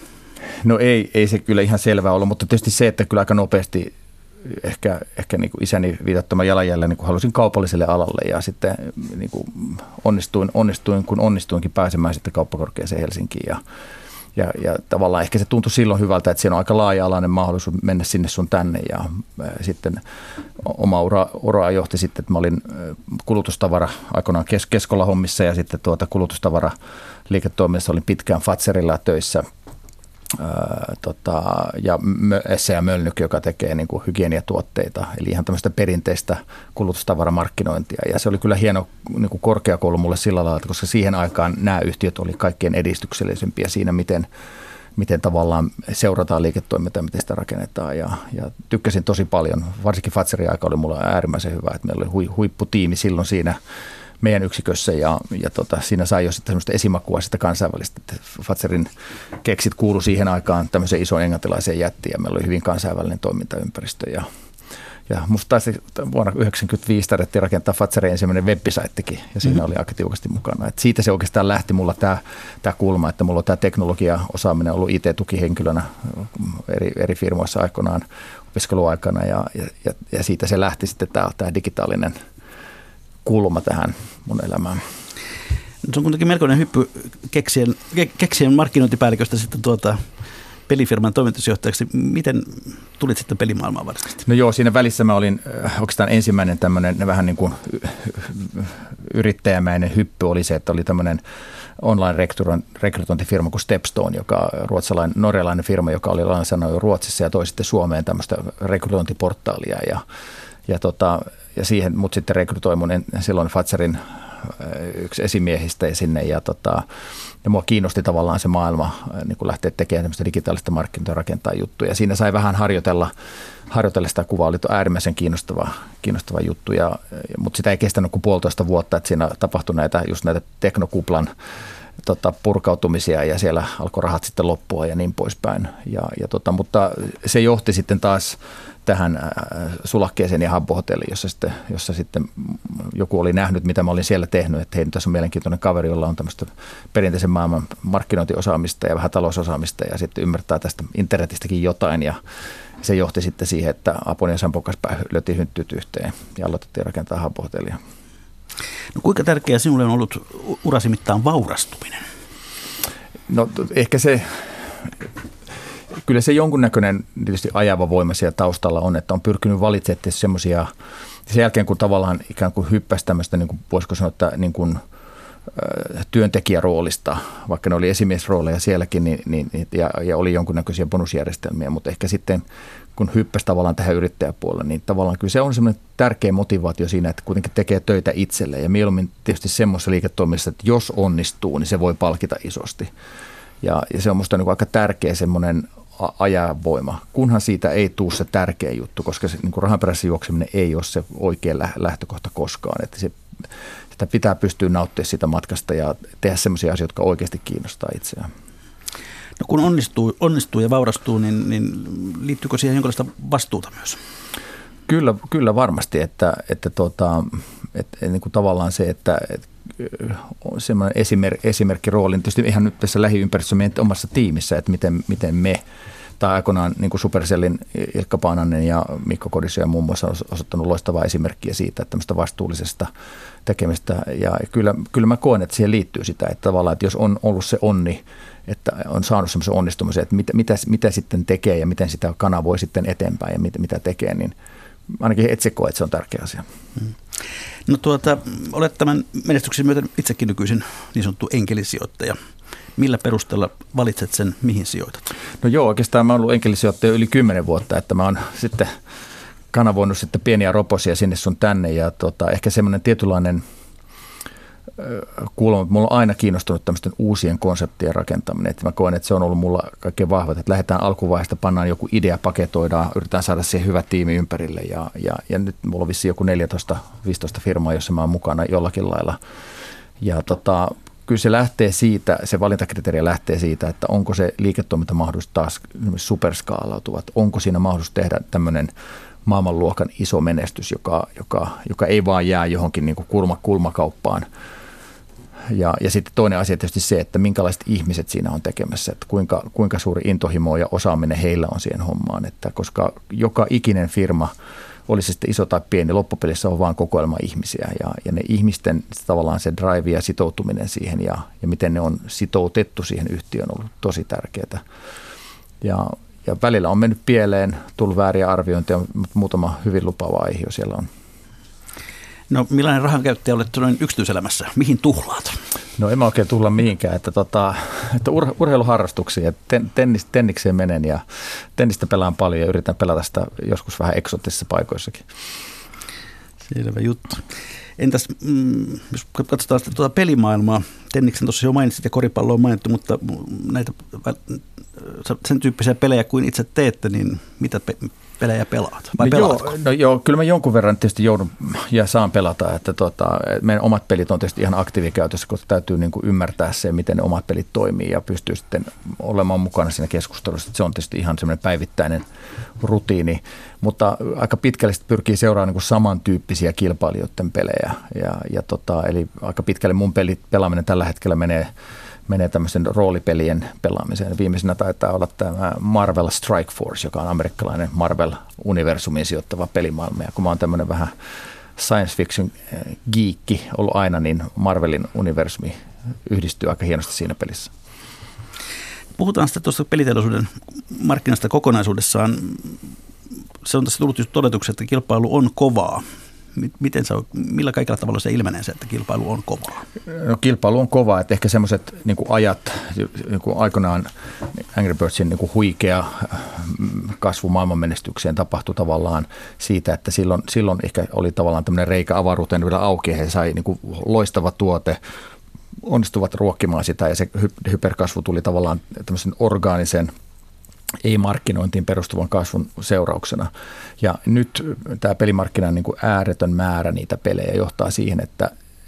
No ei, ei se kyllä ihan selvää ollut, mutta tietysti se, että kyllä aika nopeasti ehkä, ehkä niin kuin isäni viitattama jalanjäljen niin kuin halusin kaupalliselle alalle ja sitten niin kuin onnistuin, onnistuin, kun onnistuinkin pääsemään sitten kauppakorkeaseen Helsinkiin ja Ja, ja tavallaan ehkä se tuntui silloin hyvältä, että siinä on aika laaja-alainen mahdollisuus mennä sinne sun tänne ja äh, sitten oma ura, uraa johti sitten, että mä olin kulutustavara aikoinaan kes, Keskolla hommissa ja sitten tuota kulutustavara liiketoiminnassa olin pitkään Fatzerilla töissä äh, tota, ja S ja Mölnyk, joka tekee niin kuin hygieniatuotteita, eli ihan tämmöistä perinteistä kulutustavaramarkkinointia ja se oli kyllä hieno niin kuin korkeakoulu mulle sillä lailla, koska siihen aikaan nämä yhtiöt oli kaikkein edistyksellisempiä siinä, miten, miten tavallaan seurataan liiketoimintaa, miten sitä rakennetaan ja, ja tykkäsin tosi paljon, varsinkin Fatzerin aika oli mulla äärimmäisen hyvä, että meillä oli hui, huipputiimi silloin siinä meidän yksikössä ja, ja tota, siinä sai jo sitten semmoista esimakua sitä kansainvälistä. Fatzerin keksit kuului siihen aikaan tämmöiseen isoon englantilaiseen jättiin ja meillä oli hyvin kansainvälinen toimintaympäristö ja Ja musta taisi vuonna yhdeksänkymmentäviisi tarvittiin rakentaa Fatzerin ensimmäinen web-saittikin ja siinä mm-hmm. oli aika tiukasti mukana. Et siitä se oikeastaan lähti mulla tämä tää kulma, että mulla on tämä teknologia-osaaminen ollut I T-tukihenkilönä eri, eri firmoissa aikoinaan opiskeluaikana ja, ja, ja siitä se lähti sitten tämä digitaalinen kulma tähän mun elämään. Se on kuitenkin melkoinen hyppy keksien, keksien markkinointipäälliköstä sitten tuota pelifirman toimitusjohtajaksi. Miten tulit sitten pelimaailmaan varsinaisesti? No joo, siinä välissä mä olin oikeastaan ensimmäinen tämmöinen vähän niin kuin yrittäjämäinen hyppy oli se, että oli tämmöinen online-rekrytointifirma kuin Stepstone, joka ruotsalainen, norjalainen firma, joka oli lansannut jo Ruotsissa ja toi sitten Suomeen tämmöistä rekrytointiportaalia ja, ja, tota, ja siihen mut sitten rekrytoi mun silloin Fatzerin yksi esimiehistä ja sinne ja, tota, ja mua kiinnosti tavallaan se maailma niin kun lähteä tekemään tämmöistä digitaalista markkinointia rakentaa juttuja. Siinä sai vähän harjoitella, harjoitella sitä kuvaa, oli äärimmäisen kiinnostava, kiinnostava juttu, ja, mutta sitä ei kestänyt kuin puolitoista vuotta, että siinä tapahtui näitä, just näitä teknokuplan tota, purkautumisia ja siellä alkoi rahat sitten loppua ja niin poispäin. Ja, ja tota, mutta se johti sitten taas tähän sulakkeeseen ja Habbo-hotelliin, jossa sitten, jossa sitten joku oli nähnyt, mitä mä olin siellä tehnyt, että hei, tässä on mielenkiintoinen kaveri, jolla on tämmöistä perinteisen maailman markkinointiosaamista ja vähän talousosaamista ja sitten ymmärtää tästä internetistäkin jotain ja se johti sitten siihen, että Apon ja Sampon kanssa löytiin hynttyyt yhteen ja aloitettiin rakentaa Habbo-hotellia. No kuinka tärkeää sinulle on ollut urasi mittaan vaurastuminen? No ehkä se, kyllä se jonkunnäköinen tietysti ajava voima siellä taustalla on, että on pyrkinyt valitsemaan semmoisia, sen jälkeen kun tavallaan ikään kuin hyppäsi tämmöistä, niin kuin voisiko sanoa, että niin kuin työntekijäroolista, vaikka ne oli esimiesrooleja sielläkin niin, niin, ja, ja oli jonkunnäköisiä bonusjärjestelmiä, mutta ehkä sitten kun hyppäsi tavallaan tähän yrittäjäpuolelle, niin tavallaan kyllä se on semmoinen tärkeä motivaatio siinä, että kuitenkin tekee töitä itselleen ja mieluummin tietysti semmoisessa liiketoiminnassa, että jos onnistuu, niin se voi palkita isosti. Ja, ja se on musta niin kuin aika tärkeä semmoinen ajavoima, kunhan siitä ei tule se tärkeä juttu, koska se niin kuin rahan perässä juokseminen ei ole se oikea lähtökohta koskaan, että se sitä pitää pystyä nauttimaan siitä matkasta ja tehdä semmoisia asioita, jotka oikeasti kiinnostaa itseään. No kun onnistuu, onnistuu ja vaurastuu, niin, niin liittyykö siihen jonkinlaista vastuuta myös? Kyllä, kyllä varmasti, että, että, tuota, että niin kuin tavallaan se, että, että semmoinen esimerk, esimerkkirooli, tietysti ihan nyt tässä lähiympäristössä meidän omassa tiimissä, että miten, miten me, tai aikoinaan niin kuin Supercellin Ilkka Paananen ja Mikko Kodiso ja muun muassa on osoittanut loistavaa esimerkkiä siitä, että tämmöistä vastuullisesta tekemistä. Ja kyllä, kyllä mä koen, että siihen liittyy sitä, että tavallaan, että jos on ollut se onni, että on saanut semmoisen onnistumisen, että mitä, mitä, mitä sitten tekee ja miten sitä kanavoi sitten eteenpäin ja mitä, mitä tekee, niin ainakin itse koen, että se on tärkeä asia. No tuota, olet tämän menestyksen myötä itsekin nykyisin niin sanottu enkelisijoittaja. Millä perusteella valitset sen, mihin sijoitat? No joo, oikeastaan mä oon ollut enkelisijoittaja yli kymmenen vuotta, että mä oon sitten kanavoinut sitten pieniä roposia sinne sun tänne ja tota, ehkä semmoinen tietynlainen kuulemma, että mulla on aina kiinnostunut tämmöisten uusien konseptien rakentaminen. Että mä koen, että se on ollut mulla kaikkein vahvat, että lähdetään alkuvaiheesta, pannaan joku idea, paketoidaan, yritetään saada siihen hyvä tiimi ympärille ja, ja, ja nyt mulla on vissiin joku neljätoista viisitoista firmaa, jossa mä oon mukana jollakin lailla. Ja tota, kyllä se lähtee siitä, se valintakriteeri lähtee siitä, että onko se liiketoimintamahdollisuus taas superskaalautuvat, onko siinä mahdollisuus tehdä tämmöinen maailmanluokan iso menestys, joka, joka, joka ei vaan jää johonkin niin kuin kulma, kulmakauppaan. Ja, ja sitten toinen asia tietysti se, että minkälaiset ihmiset siinä on tekemässä, että kuinka, kuinka suuri intohimo ja osaaminen heillä on siihen hommaan. Että koska joka ikinen firma, oli se sitten iso tai pieni, loppupelissä on vaan kokoelma ihmisiä ja, ja ne ihmisten tavallaan se drive ja sitoutuminen siihen ja, ja miten ne on sitoutettu siihen yhtiöön on ollut tosi tärkeää. Ja Ja välillä on mennyt pieleen, tullut vääriä arviointeja, mutta muutama hyvin lupaava aihe siellä on. No millainen rahankäyttäjä olet noin yksityiselämässä? Mihin tuhlaat? No en mä oikein tulla mihinkään, että, tota, että ur, urheiluharrastuksia, että ten, tennis, tennikseen menen ja tennistä pelaan paljon ja yritän pelata sitä joskus vähän eksoottisissa paikoissakin. Selvä juttu. Entäs, mm, jos katsotaan sitä tuota pelimaailmaa, tenniksen tuossa jo mainitsit ja koripallo on mainittu, mutta näitä sen tyyppisiä pelejä kuin itse teette, niin mitä pe- pelejä pelaat? Vai no joo, no joo, kyllä mä jonkun verran tietysti joudun ja saan pelata, että tota, meidän omat pelit on tietysti ihan aktiivikäytössä, koska täytyy niin kuin ymmärtää se, miten ne omat pelit toimii ja pystyy sitten olemaan mukana siinä keskustelussa. Se on tietysti ihan semmoinen päivittäinen rutiini, mutta aika pitkälle pyrkii seuraamaan niin kuin samantyyppisiä kilpailijoiden pelejä. Ja, ja tota, eli aika pitkälle mun pelit, pelaaminen tällä hetkellä menee menee tämmöisen roolipelien pelaamiseen. Viimeisenä taitaa olla tämä Marvel Strike Force, joka on amerikkalainen Marvel-universumiin sijoittava pelimaailma. Ja kun mä oon tämmöinen vähän science fiction geekki ollut aina, niin Marvelin universumi yhdistyy aika hienosti siinä pelissä. Puhutaan sitten tuosta peliteollisuuden markkinasta kokonaisuudessaan. Se on tässä tullut just todetuksi, että kilpailu on kovaa. Miten se on, millä kaikilla tavalla se ilmenee se, että kilpailu on kovaa? No, kilpailu on kovaa, että ehkä semmoiset niin kuin ajat, niin kuin aikanaan Angry Birdsin niin kuin huikea kasvu maailmanmenestykseen tapahtui tavallaan siitä, että silloin, silloin ehkä oli tavallaan tämmöinen reikä avaruuteen vielä auki ja he sai niin kuin loistava tuote, onnistuvat ruokkimaan sitä ja se hyperkasvu tuli tavallaan tämmöisen orgaanisen ei-markkinointiin perustuvan kasvun seurauksena. Ja nyt tämä pelimarkkinan niin kuin ääretön määrä niitä pelejä johtaa siihen, että,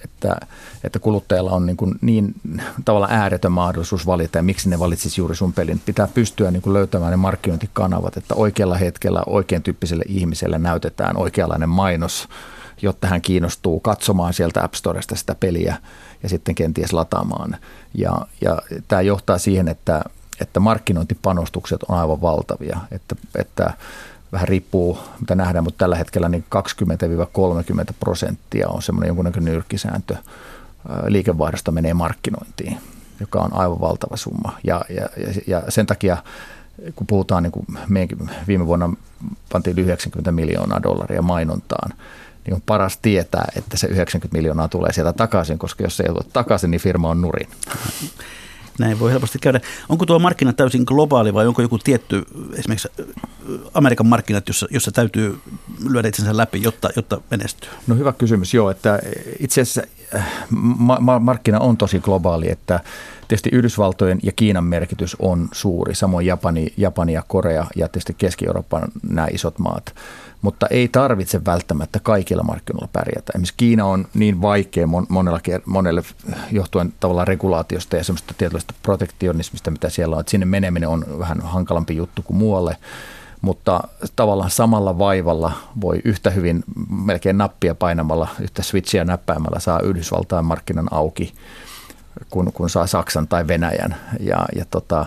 että, että kuluttajalla on niin, kuin niin tavallaan ääretön mahdollisuus valita ja miksi ne valitsisi juuri sun pelin. Pitää pystyä niin kuin löytämään ne markkinointikanavat, että oikealla hetkellä oikein tyyppiselle ihmiselle näytetään oikeanlainen mainos, jotta hän kiinnostuu katsomaan sieltä App Storesta sitä peliä ja sitten kenties lataamaan. Ja, ja tämä johtaa siihen, että, että markkinointipanostukset on aivan valtavia, että, että vähän riippuu, mitä nähdään, mutta tällä hetkellä niin kaksikymmentä kolmekymmentä prosenttia on semmoinen jonkunnäköinen nyrkkisääntö liikevaihdosta menee markkinointiin, joka on aivan valtava summa. Ja, ja, ja sen takia, kun puhutaan, niin kuin meidänkin viime vuonna pantiin yhdeksänkymmentä miljoonaa dollaria mainontaan, niin on paras tietää, että se yhdeksänkymmentä miljoonaa tulee sieltä takaisin, koska jos se ei ole takaisin, niin firma on nurin. Näin voi helposti käydä. Onko tuo markkina täysin globaali vai onko joku tietty, esimerkiksi Amerikan markkinat, jossa, jossa täytyy lyödä itsensä läpi, jotta, jotta menestyy? No hyvä kysymys, joo. Että itse asiassa ma- ma- markkina on tosi globaali, että tietysti Yhdysvaltojen ja Kiinan merkitys on suuri, samoin Japani, Japani ja Korea ja tietysti Keski-Euroopan nämä isot maat. Mutta ei tarvitse välttämättä kaikilla markkinoilla pärjätä. Esimerkiksi Kiina on niin vaikea monella, monelle johtuen tavallaan regulaatiosta ja semmoista tietynlaista protektionismista, mitä siellä on. Että sinne meneminen on vähän hankalampi juttu kuin muualle, mutta tavallaan samalla vaivalla voi yhtä hyvin melkein nappia painamalla, yhtä switchiä näppäämällä saa Yhdysvaltain markkinan auki, kun, kun saa Saksan tai Venäjän. Ja, ja tota,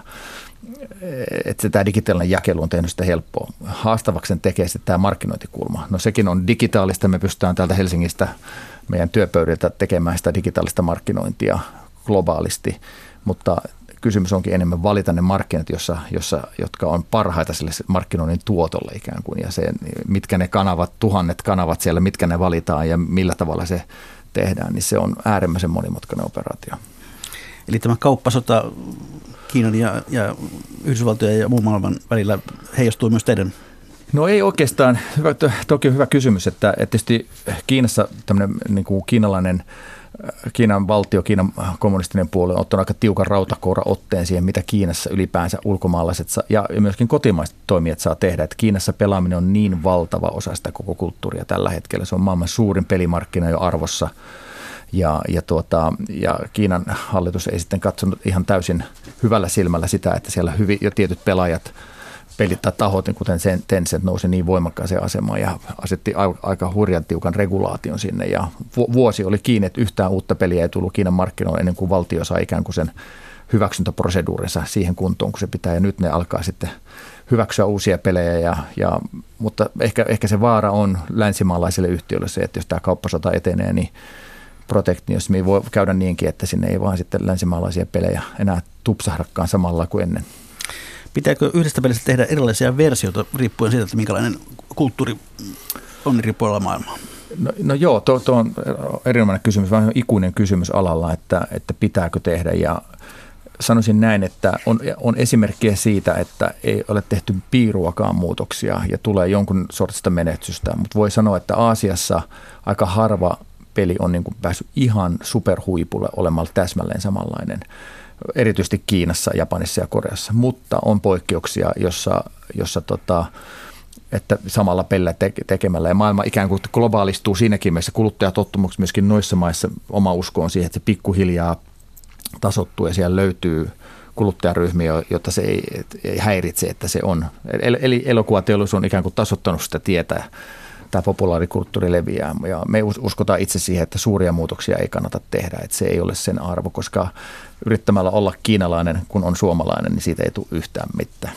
että tämä digitaalinen jakelu on tehnyt sitä helppoa. Haastavaksi sen tekee sitten tämä markkinointikulma. No sekin on digitaalista. Me pystytään täältä Helsingistä meidän työpöydiltä tekemään sitä digitaalista markkinointia globaalisti, mutta kysymys onkin enemmän valita ne markkinat, jossa, jossa, jotka on parhaita sille markkinoinnin tuotolle ikään kuin. Ja se, mitkä ne kanavat, tuhannet kanavat siellä, mitkä ne valitaan ja millä tavalla se tehdään, niin se on äärimmäisen monimutkainen operaatio. Eli tämä kauppasota Kiinan ja, ja Yhdysvaltojen ja muun maailman välillä heijastuu myös teidän? No ei oikeastaan. Hyvä, toki on hyvä kysymys, että, että tietysti Kiinassa tämmöinen niin kuin kiinalainen, Kiinan valtio, Kiinan kommunistinen puolue on ottanut aika tiukan rautakoura otteen siihen, mitä Kiinassa ylipäänsä ulkomaalaiset ja myöskin kotimaiset toimijat saa tehdä. Että Kiinassa pelaaminen on niin valtava osa sitä koko kulttuuria tällä hetkellä. Se on maailman suurin pelimarkkina jo arvossa. Ja, ja, tuota, ja Kiinan hallitus ei sitten katsonut ihan täysin hyvällä silmällä sitä, että siellä hyvin jo tietyt pelaajat, pelit tai tahot, kuten Tencent, nousi niin voimakkaaseen asemaan ja asetti aika hurjan tiukan regulaation sinne. Ja vuosi oli kiinni, että yhtään uutta peliä ei tullut Kiinan markkinoille ennen kuin valtio sai ikään kuin sen hyväksyntäproseduurinsa siihen kuntoon, kun se pitää. Ja nyt ne alkaa sitten hyväksyä uusia pelejä, ja, ja, mutta ehkä, ehkä se vaara on länsimaalaisille yhtiöille se, että jos tämä kauppasota etenee, niin protektionismi voi käydä niinkin, että sinne ei vaan sitten länsimaalaisia pelejä enää tupsahdakaan samalla kuin ennen. Pitääkö yhdestä pelistä tehdä erilaisia versioita riippuen siitä, että minkälainen kulttuuri on eri puolilla maailmaa? No, no joo, tuo on erinomainen kysymys, vähän ikuinen kysymys alalla, että, että pitääkö tehdä, ja sanoisin näin, että on, on esimerkkejä siitä, että ei ole tehty piiruakaan muutoksia ja tulee jonkun sortista menestystä, mutta voi sanoa, että Aasiassa aika harva peli on niin kuin päässyt ihan superhuipulle olemaan täsmälleen samanlainen, erityisesti Kiinassa, Japanissa ja Koreassa, mutta on poikkeuksia, jossa, jossa tota, että samalla pelillä tekemällä ja maailma ikään kuin globaalistuu siinäkin mielessä kuluttajatottumukset myöskin noissa maissa, oma usko on siihen, että se pikkuhiljaa tasottuu ja siellä löytyy kuluttajaryhmiä, jotta se ei, ei häiritse, että se on. Eli elokuvateollisuus on ikään kuin tasottanut sitä tietä. Tämä populaarikulttuuri leviää ja me uskotaan itse siihen, että suuria muutoksia ei kannata tehdä, että se ei ole sen arvo, koska yrittämällä olla kiinalainen, kun on suomalainen, niin siitä ei tule yhtään mitään.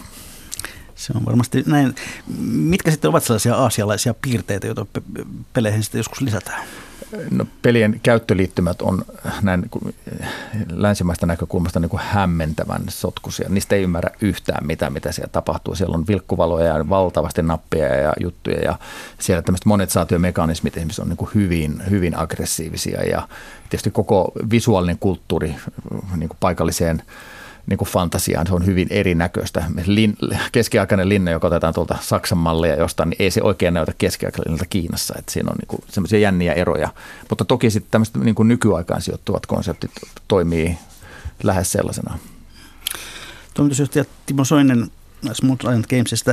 Se on varmasti näin. Mitkä sitten ovat sellaisia aasialaisia piirteitä, joita peleihin sitten joskus lisätään? No, pelien käyttöliittymät on näin länsimaista näkökulmasta niin kuin hämmentävän sotkuisia. Niistä ei ymmärrä yhtään mitään, mitä siellä tapahtuu. Siellä on vilkkuvaloja ja valtavasti nappeja ja juttuja ja siellä tämmöiset monetisaatiomekanismit esimerkiksi on niin kuin hyvin, hyvin aggressiivisia ja tietysti koko visuaalinen kulttuuri niin kuin paikalliseen niin kuin fantasiaan, se on hyvin erinäköistä. Lin, keskiaikainen linna, joka otetaan tuolta Saksan mallia jostain, niin ei se oikein näytä keskiaikaisella Kiinassa. Että siinä on niin kuin semmoisia jänniä eroja. Mutta toki sitten tämmöiset niin kuin nykyaikaan sijoittuvat konseptit toimii lähes sellaisena. Toimitusjohtaja Timo Soinen Smooth Giant Gamesista.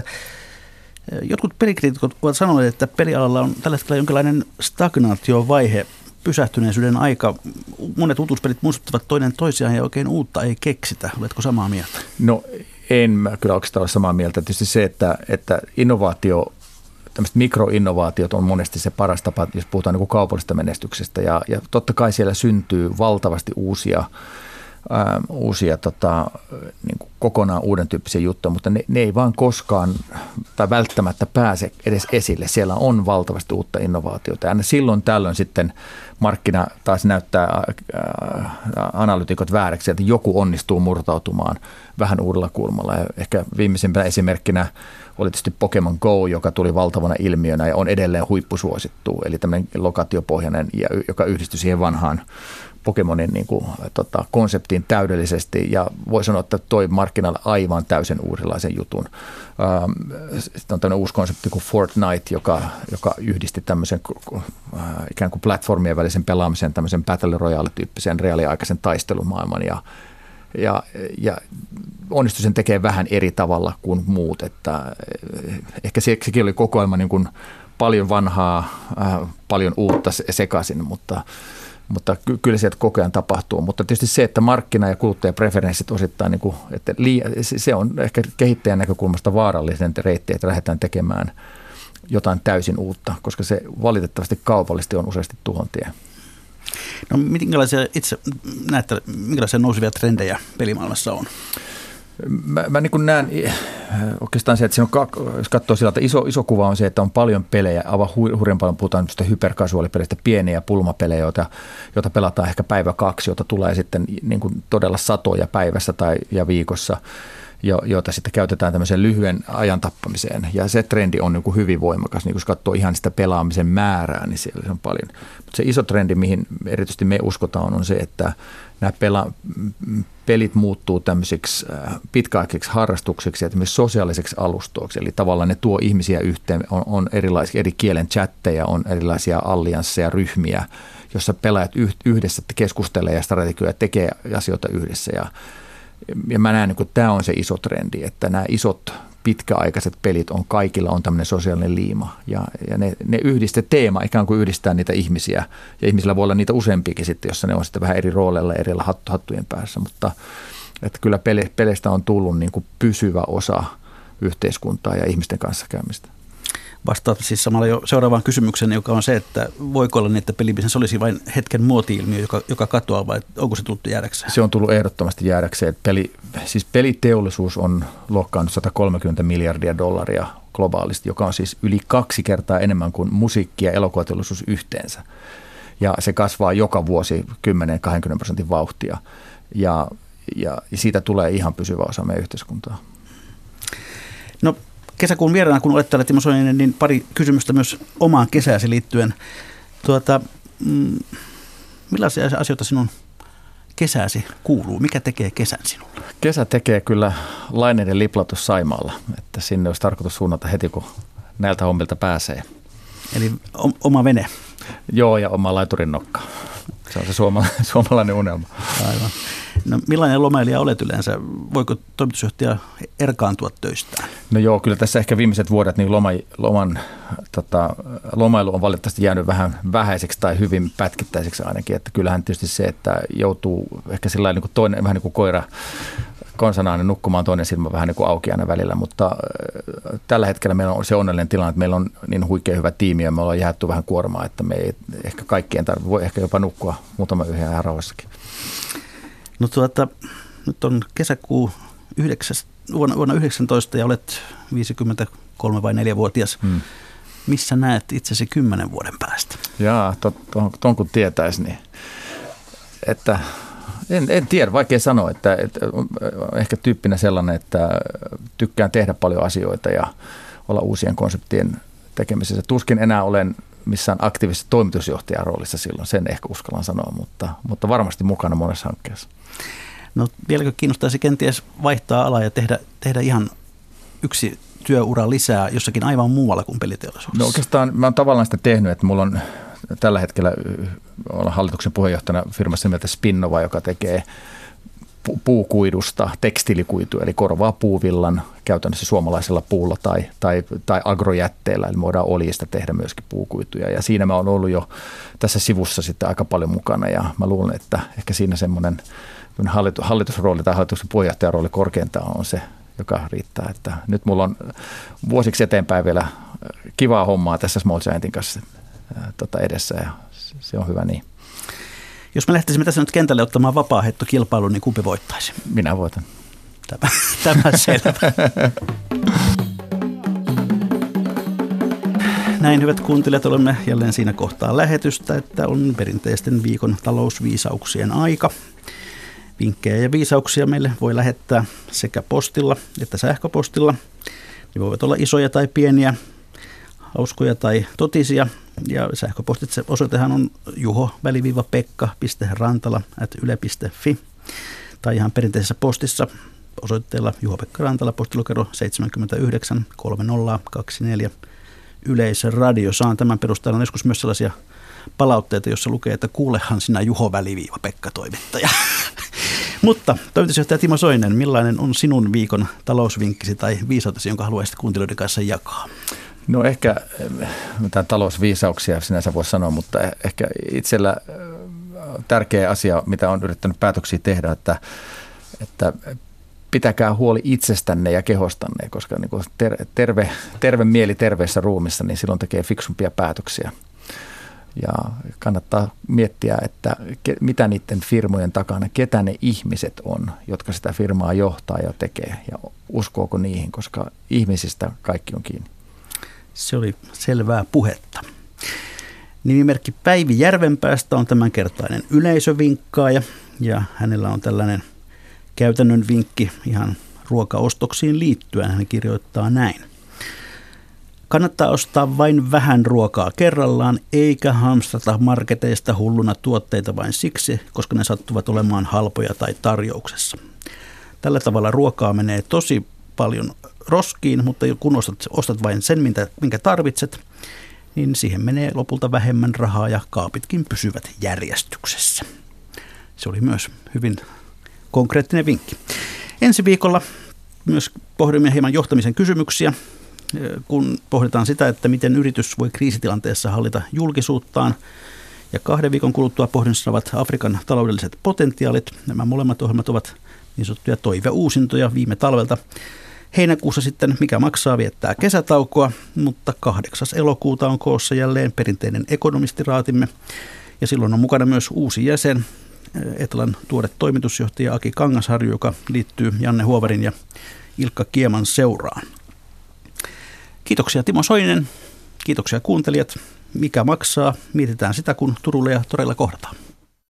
Jotkut pelikriitikot ovat sanoneet, että pelialalla on tällä hetkellä jonkinlainen stagnaatiovaihe pysähtyneisyyden aika. Monet uutuuspelit muistuttavat toinen toisiaan ja oikein uutta ei keksitä. Oletko samaa mieltä? No en mä kyllä oikeastaan ole samaa mieltä. Tietysti se, että, että innovaatio, tämmöiset mikroinnovaatiot on monesti se paras tapa, jos puhutaan niin kuin kaupallisesta menestyksestä. Ja, ja totta kai siellä syntyy valtavasti uusia Ää, uusia tota, niin kuin kokonaan uuden tyyppisiä juttuja, mutta ne, ne ei vaan koskaan tai välttämättä pääse edes esille. Siellä on valtavasti uutta innovaatiota ja aina silloin tällöin sitten markkina taas näyttää ää, analytikot vääräksi, että joku onnistuu murtautumaan vähän uudella kulmalla. Ja ehkä viimeisimpänä esimerkkinä oli tietysti Pokemon Go, joka tuli valtavana ilmiönä ja on edelleen huippusuosittu, eli tämmöinen lokatiopohjainen, joka yhdistyi siihen vanhaan Pokemonin niin kuin, tota, konseptiin täydellisesti ja voi sanoa, että toi markkinalle aivan täysin uudenlaisen jutun. Ähm, sitten on tämmöinen uusi konsepti kuin Fortnite, joka, joka yhdisti tämmöisen äh, ikään kuin platformien välisen pelaamisen, tämmöisen Battle Royale-tyyppisen reaaliaikaisen taistelumaailman ja, ja, ja onnistui sen tekee vähän eri tavalla kuin muut, että ehkä sekin oli kokoelma niin kuin paljon vanhaa, äh, paljon uutta sekaisin, mutta Mutta kyllä sieltä koko ajan tapahtuu. Mutta tietysti se, että markkina- ja kuluttajapreferenssit osittain, niin kuin, että se on ehkä kehittäjän näkökulmasta vaarallinen reitti, että lähdetään tekemään jotain täysin uutta, koska se valitettavasti kaupallisesti on useasti tuhontie. No minkälaisia itse näette, minkälaisia nousevia trendejä pelimaailmassa on? Mä, mä niin kuin näen oikeastaan se, että siinä on, jos katsoo sillä, että iso, iso kuva on se, että on paljon pelejä, aivan hurjan paljon puhutaan hyperkasuaalipeleistä, pieniä pulmapelejä, joita, joita pelataan ehkä päivä kaksi, joita tulee sitten niin kuin todella satoja päivässä tai ja viikossa, jo, joita sitten käytetään tämmöiseen lyhyen ajan tappamiseen. Ja se trendi on niin kuin hyvin voimakas, niin kun katsoo ihan sitä pelaamisen määrää, niin siellä on paljon. Mutta se iso trendi, mihin erityisesti me uskotaan, on se, että nämä pela, pelit muuttuu tämmöisiksi pitkäaikaisiksi harrastuksiksi ja tämmöisiksi sosiaaliseksi alustoiksi. Eli tavallaan ne tuo ihmisiä yhteen, on, on erilaisia eri kielen chatteja, on erilaisia alliansseja, ryhmiä, jossa pelaajat yhdessä keskustelee ja strategioja tekee asioita yhdessä. Ja, ja mä näen, että tämä on se iso trendi, että nämä isot pitkäaikaiset pelit on kaikilla on tämmöinen sosiaalinen liima ja, ja ne, ne yhdistää teema, ikään kuin yhdistää niitä ihmisiä ja ihmisillä voi olla niitä useampiakin sitten, jossa ne on sitten vähän eri rooleilla eri hattu, hattujen päässä, mutta että kyllä pele, peleistä on tullut niin kuin pysyvä osa yhteiskuntaa ja ihmisten kanssakäymistä. Vastaat siis samalla jo seuraavaan kysymykseen, joka on se, että voiko olla niin, että pelibisnes olisi vain hetken muoti-ilmiö, joka, joka katoaa, vai onko se tullut jäädäkseen? Se on tullut ehdottomasti jäädäkseen. Peli, siis peliteollisuus on luokkaannut sata kolmekymmentä miljardia dollaria globaalisti, joka on siis yli kaksi kertaa enemmän kuin musiikki- ja elokuvateollisuus yhteensä. Ja se kasvaa joka vuosi kymmenen kaksikymmentä prosentin vauhtia. Ja, ja siitä tulee ihan pysyvä osa meidän yhteiskuntaa. No, kesäkuun vieraana, kun olet täällä, Timo Soininen, niin pari kysymystä myös omaan kesääsi liittyen. Tuota, mm, millaisia asioita sinun kesääsi kuuluu? Mikä tekee kesän sinulle? Kesä tekee kyllä laineiden liplatus Saimaalla, että sinne olisi tarkoitus suunnata heti, kun näiltä hommilta pääsee. Eli oma vene? Joo, ja oma laiturin nokka. Se on se suoma, suomalainen unelma. Aivan. No, millainen lomailija olet yleensä? Voiko toimitusjohtaja erkaantua töistään? No joo, kyllä tässä ehkä viimeiset vuodet niin loma, loman, tota, lomailu on valitettavasti jäänyt vähän vähäiseksi tai hyvin pätkittäiseksi ainakin. Että kyllähän tietysti se, että joutuu ehkä sillä niin kuin toinen, vähän niin kuin koira konsanainen nukkumaan toinen silmä vähän niin kuin auki aina välillä, mutta äh, tällä hetkellä meillä on se onnellinen tilanne, että meillä on niin huikea hyvä tiimi ja me ollaan jaettu vähän kuormaa, että me ei ehkä kaikkien tarvitse, voi ehkä jopa nukkua muutama yhden ihan rauhassakin. No tuota, nyt on kesäkuu yhdeksäs, vuonna, vuonna yhdeksäntoista ja olet viisikymmentäkolme vai neljä-vuotias. Hmm. Missä näet itsesi kymmenen vuoden päästä? Jaa, ton, ton kun tietäisi, niin että en, en tiedä, vaikea sanoa, että, että ehkä tyyppinä sellainen, että tykkään tehdä paljon asioita ja olla uusien konseptien tekemisessä. Tuskin enää olen missään aktiivisessa toimitusjohtajan roolissa silloin, sen ehkä uskallan sanoa, mutta, mutta varmasti mukana monessa hankkeessa. No vieläkö kiinnostaisi kenties vaihtaa alaa ja tehdä, tehdä ihan yksi työura lisää jossakin aivan muualla kuin peliteollisuudessa? No oikeastaan mä oon tavallaan sitä tehnyt, että mulla on tällä hetkellä olla hallituksen puheenjohtajana firmassa nimeltä Spinnova, joka tekee puukuidusta tekstiilikuitua, eli korvaa puuvillan käytännössä suomalaisella puulla tai, tai, tai agrojätteellä, eli me voidaan oljista tehdä myöskin puukuituja. Ja siinä mä oon ollut jo tässä sivussa sitten aika paljon mukana, ja mä luulen, että ehkä siinä semmoinen hallitusrooli tai hallituksen puheenjohtajan rooli korkeintaan on se, joka riittää. Että nyt mulla on vuosiksi eteenpäin vielä kivaa hommaa tässä Small Giantin kanssa tota edessä, ja se on hyvä niin. Jos me lähtisimme tässä nyt kentälle ottamaan vapaahettokilpailuun, niin kumpi voittaisi? Minä voitan. Tämä, tämä selvä. Näin, hyvät kuuntelijat, olemme jälleen siinä kohtaa lähetystä, että on perinteisten viikon talousviisauksien aika. Vinkkejä ja viisauksia meille voi lähettää sekä postilla että sähköpostilla. Ne voivat olla isoja tai pieniä, hauskoja tai totisia. Ja sähköpostitse osoitehan on juho-pekka piste rantala ät yle piste fi tai ihan perinteisessä postissa osoitteella Juho-Pekka Rantala, postilukero seitsemänkymmentäyhdeksän kolmekymmentä kaksikymmentäneljä. Yleisradio. Saan tämän perusteella joskus myös sellaisia palautteita, jossa lukee, että kuulehan sinä Juho-Pekka toimittaja. Mutta toimitusjohtaja Timo Soinen, millainen on sinun viikon talousvinkkisi tai viisautesi, jonka haluaisit kuuntelijoiden kanssa jakaa? No ehkä, mitään talousviisauksia sinänsä voi sanoa, mutta ehkä itsellä tärkeä asia, mitä on yrittänyt päätöksiä tehdä, että, että pitäkää huoli itsestänne ja kehostanne, koska niin kuin terve, terve mieli terveessä ruumissa, niin silloin tekee fiksumpia päätöksiä. Ja kannattaa miettiä, että mitä niiden firmojen takana, ketä ne ihmiset on, jotka sitä firmaa johtaa ja tekee, ja uskooko niihin, koska ihmisistä kaikki on kiinni. Se oli selvää puhetta. Nimimerkki Päivi Järvenpäästä on tämänkertainen yleisövinkkaaja, ja hänellä on tällainen käytännön vinkki ihan ruokaostoksiin liittyen. Hän kirjoittaa näin. Kannattaa ostaa vain vähän ruokaa kerrallaan, eikä hamstrata marketeista hulluna tuotteita vain siksi, koska ne sattuvat olemaan halpoja tai tarjouksessa. Tällä tavalla ruokaa menee tosi paljon roskiin, mutta kun ostat, ostat vain sen, minkä tarvitset, niin siihen menee lopulta vähemmän rahaa ja kaapitkin pysyvät järjestyksessä. Se oli myös hyvin konkreettinen vinkki. Ensi viikolla myös pohdimme hieman johtamisen kysymyksiä, kun pohditaan sitä, että miten yritys voi kriisitilanteessa hallita julkisuuttaan. Ja kahden viikon kuluttua pohdinnassa ovat Afrikan taloudelliset potentiaalit. Nämä molemmat ohjelmat ovat niin sanottuja toiveuusintoja viime talvelta. Heinäkuussa sitten Mikä maksaa viettää kesätaukoa, mutta kahdeksas elokuuta on koossa jälleen perinteinen ekonomistiraatimme. Ja silloin on mukana myös uusi jäsen, Etlan tuore toimitusjohtaja Aki Kangasharju, joka liittyy Janne Huovarin ja Ilkka Kieman seuraan. Kiitoksia Timo Soinen, kiitoksia kuuntelijat. Mikä maksaa? Mietitään sitä, kun Turulla ja toreilla kohdataan.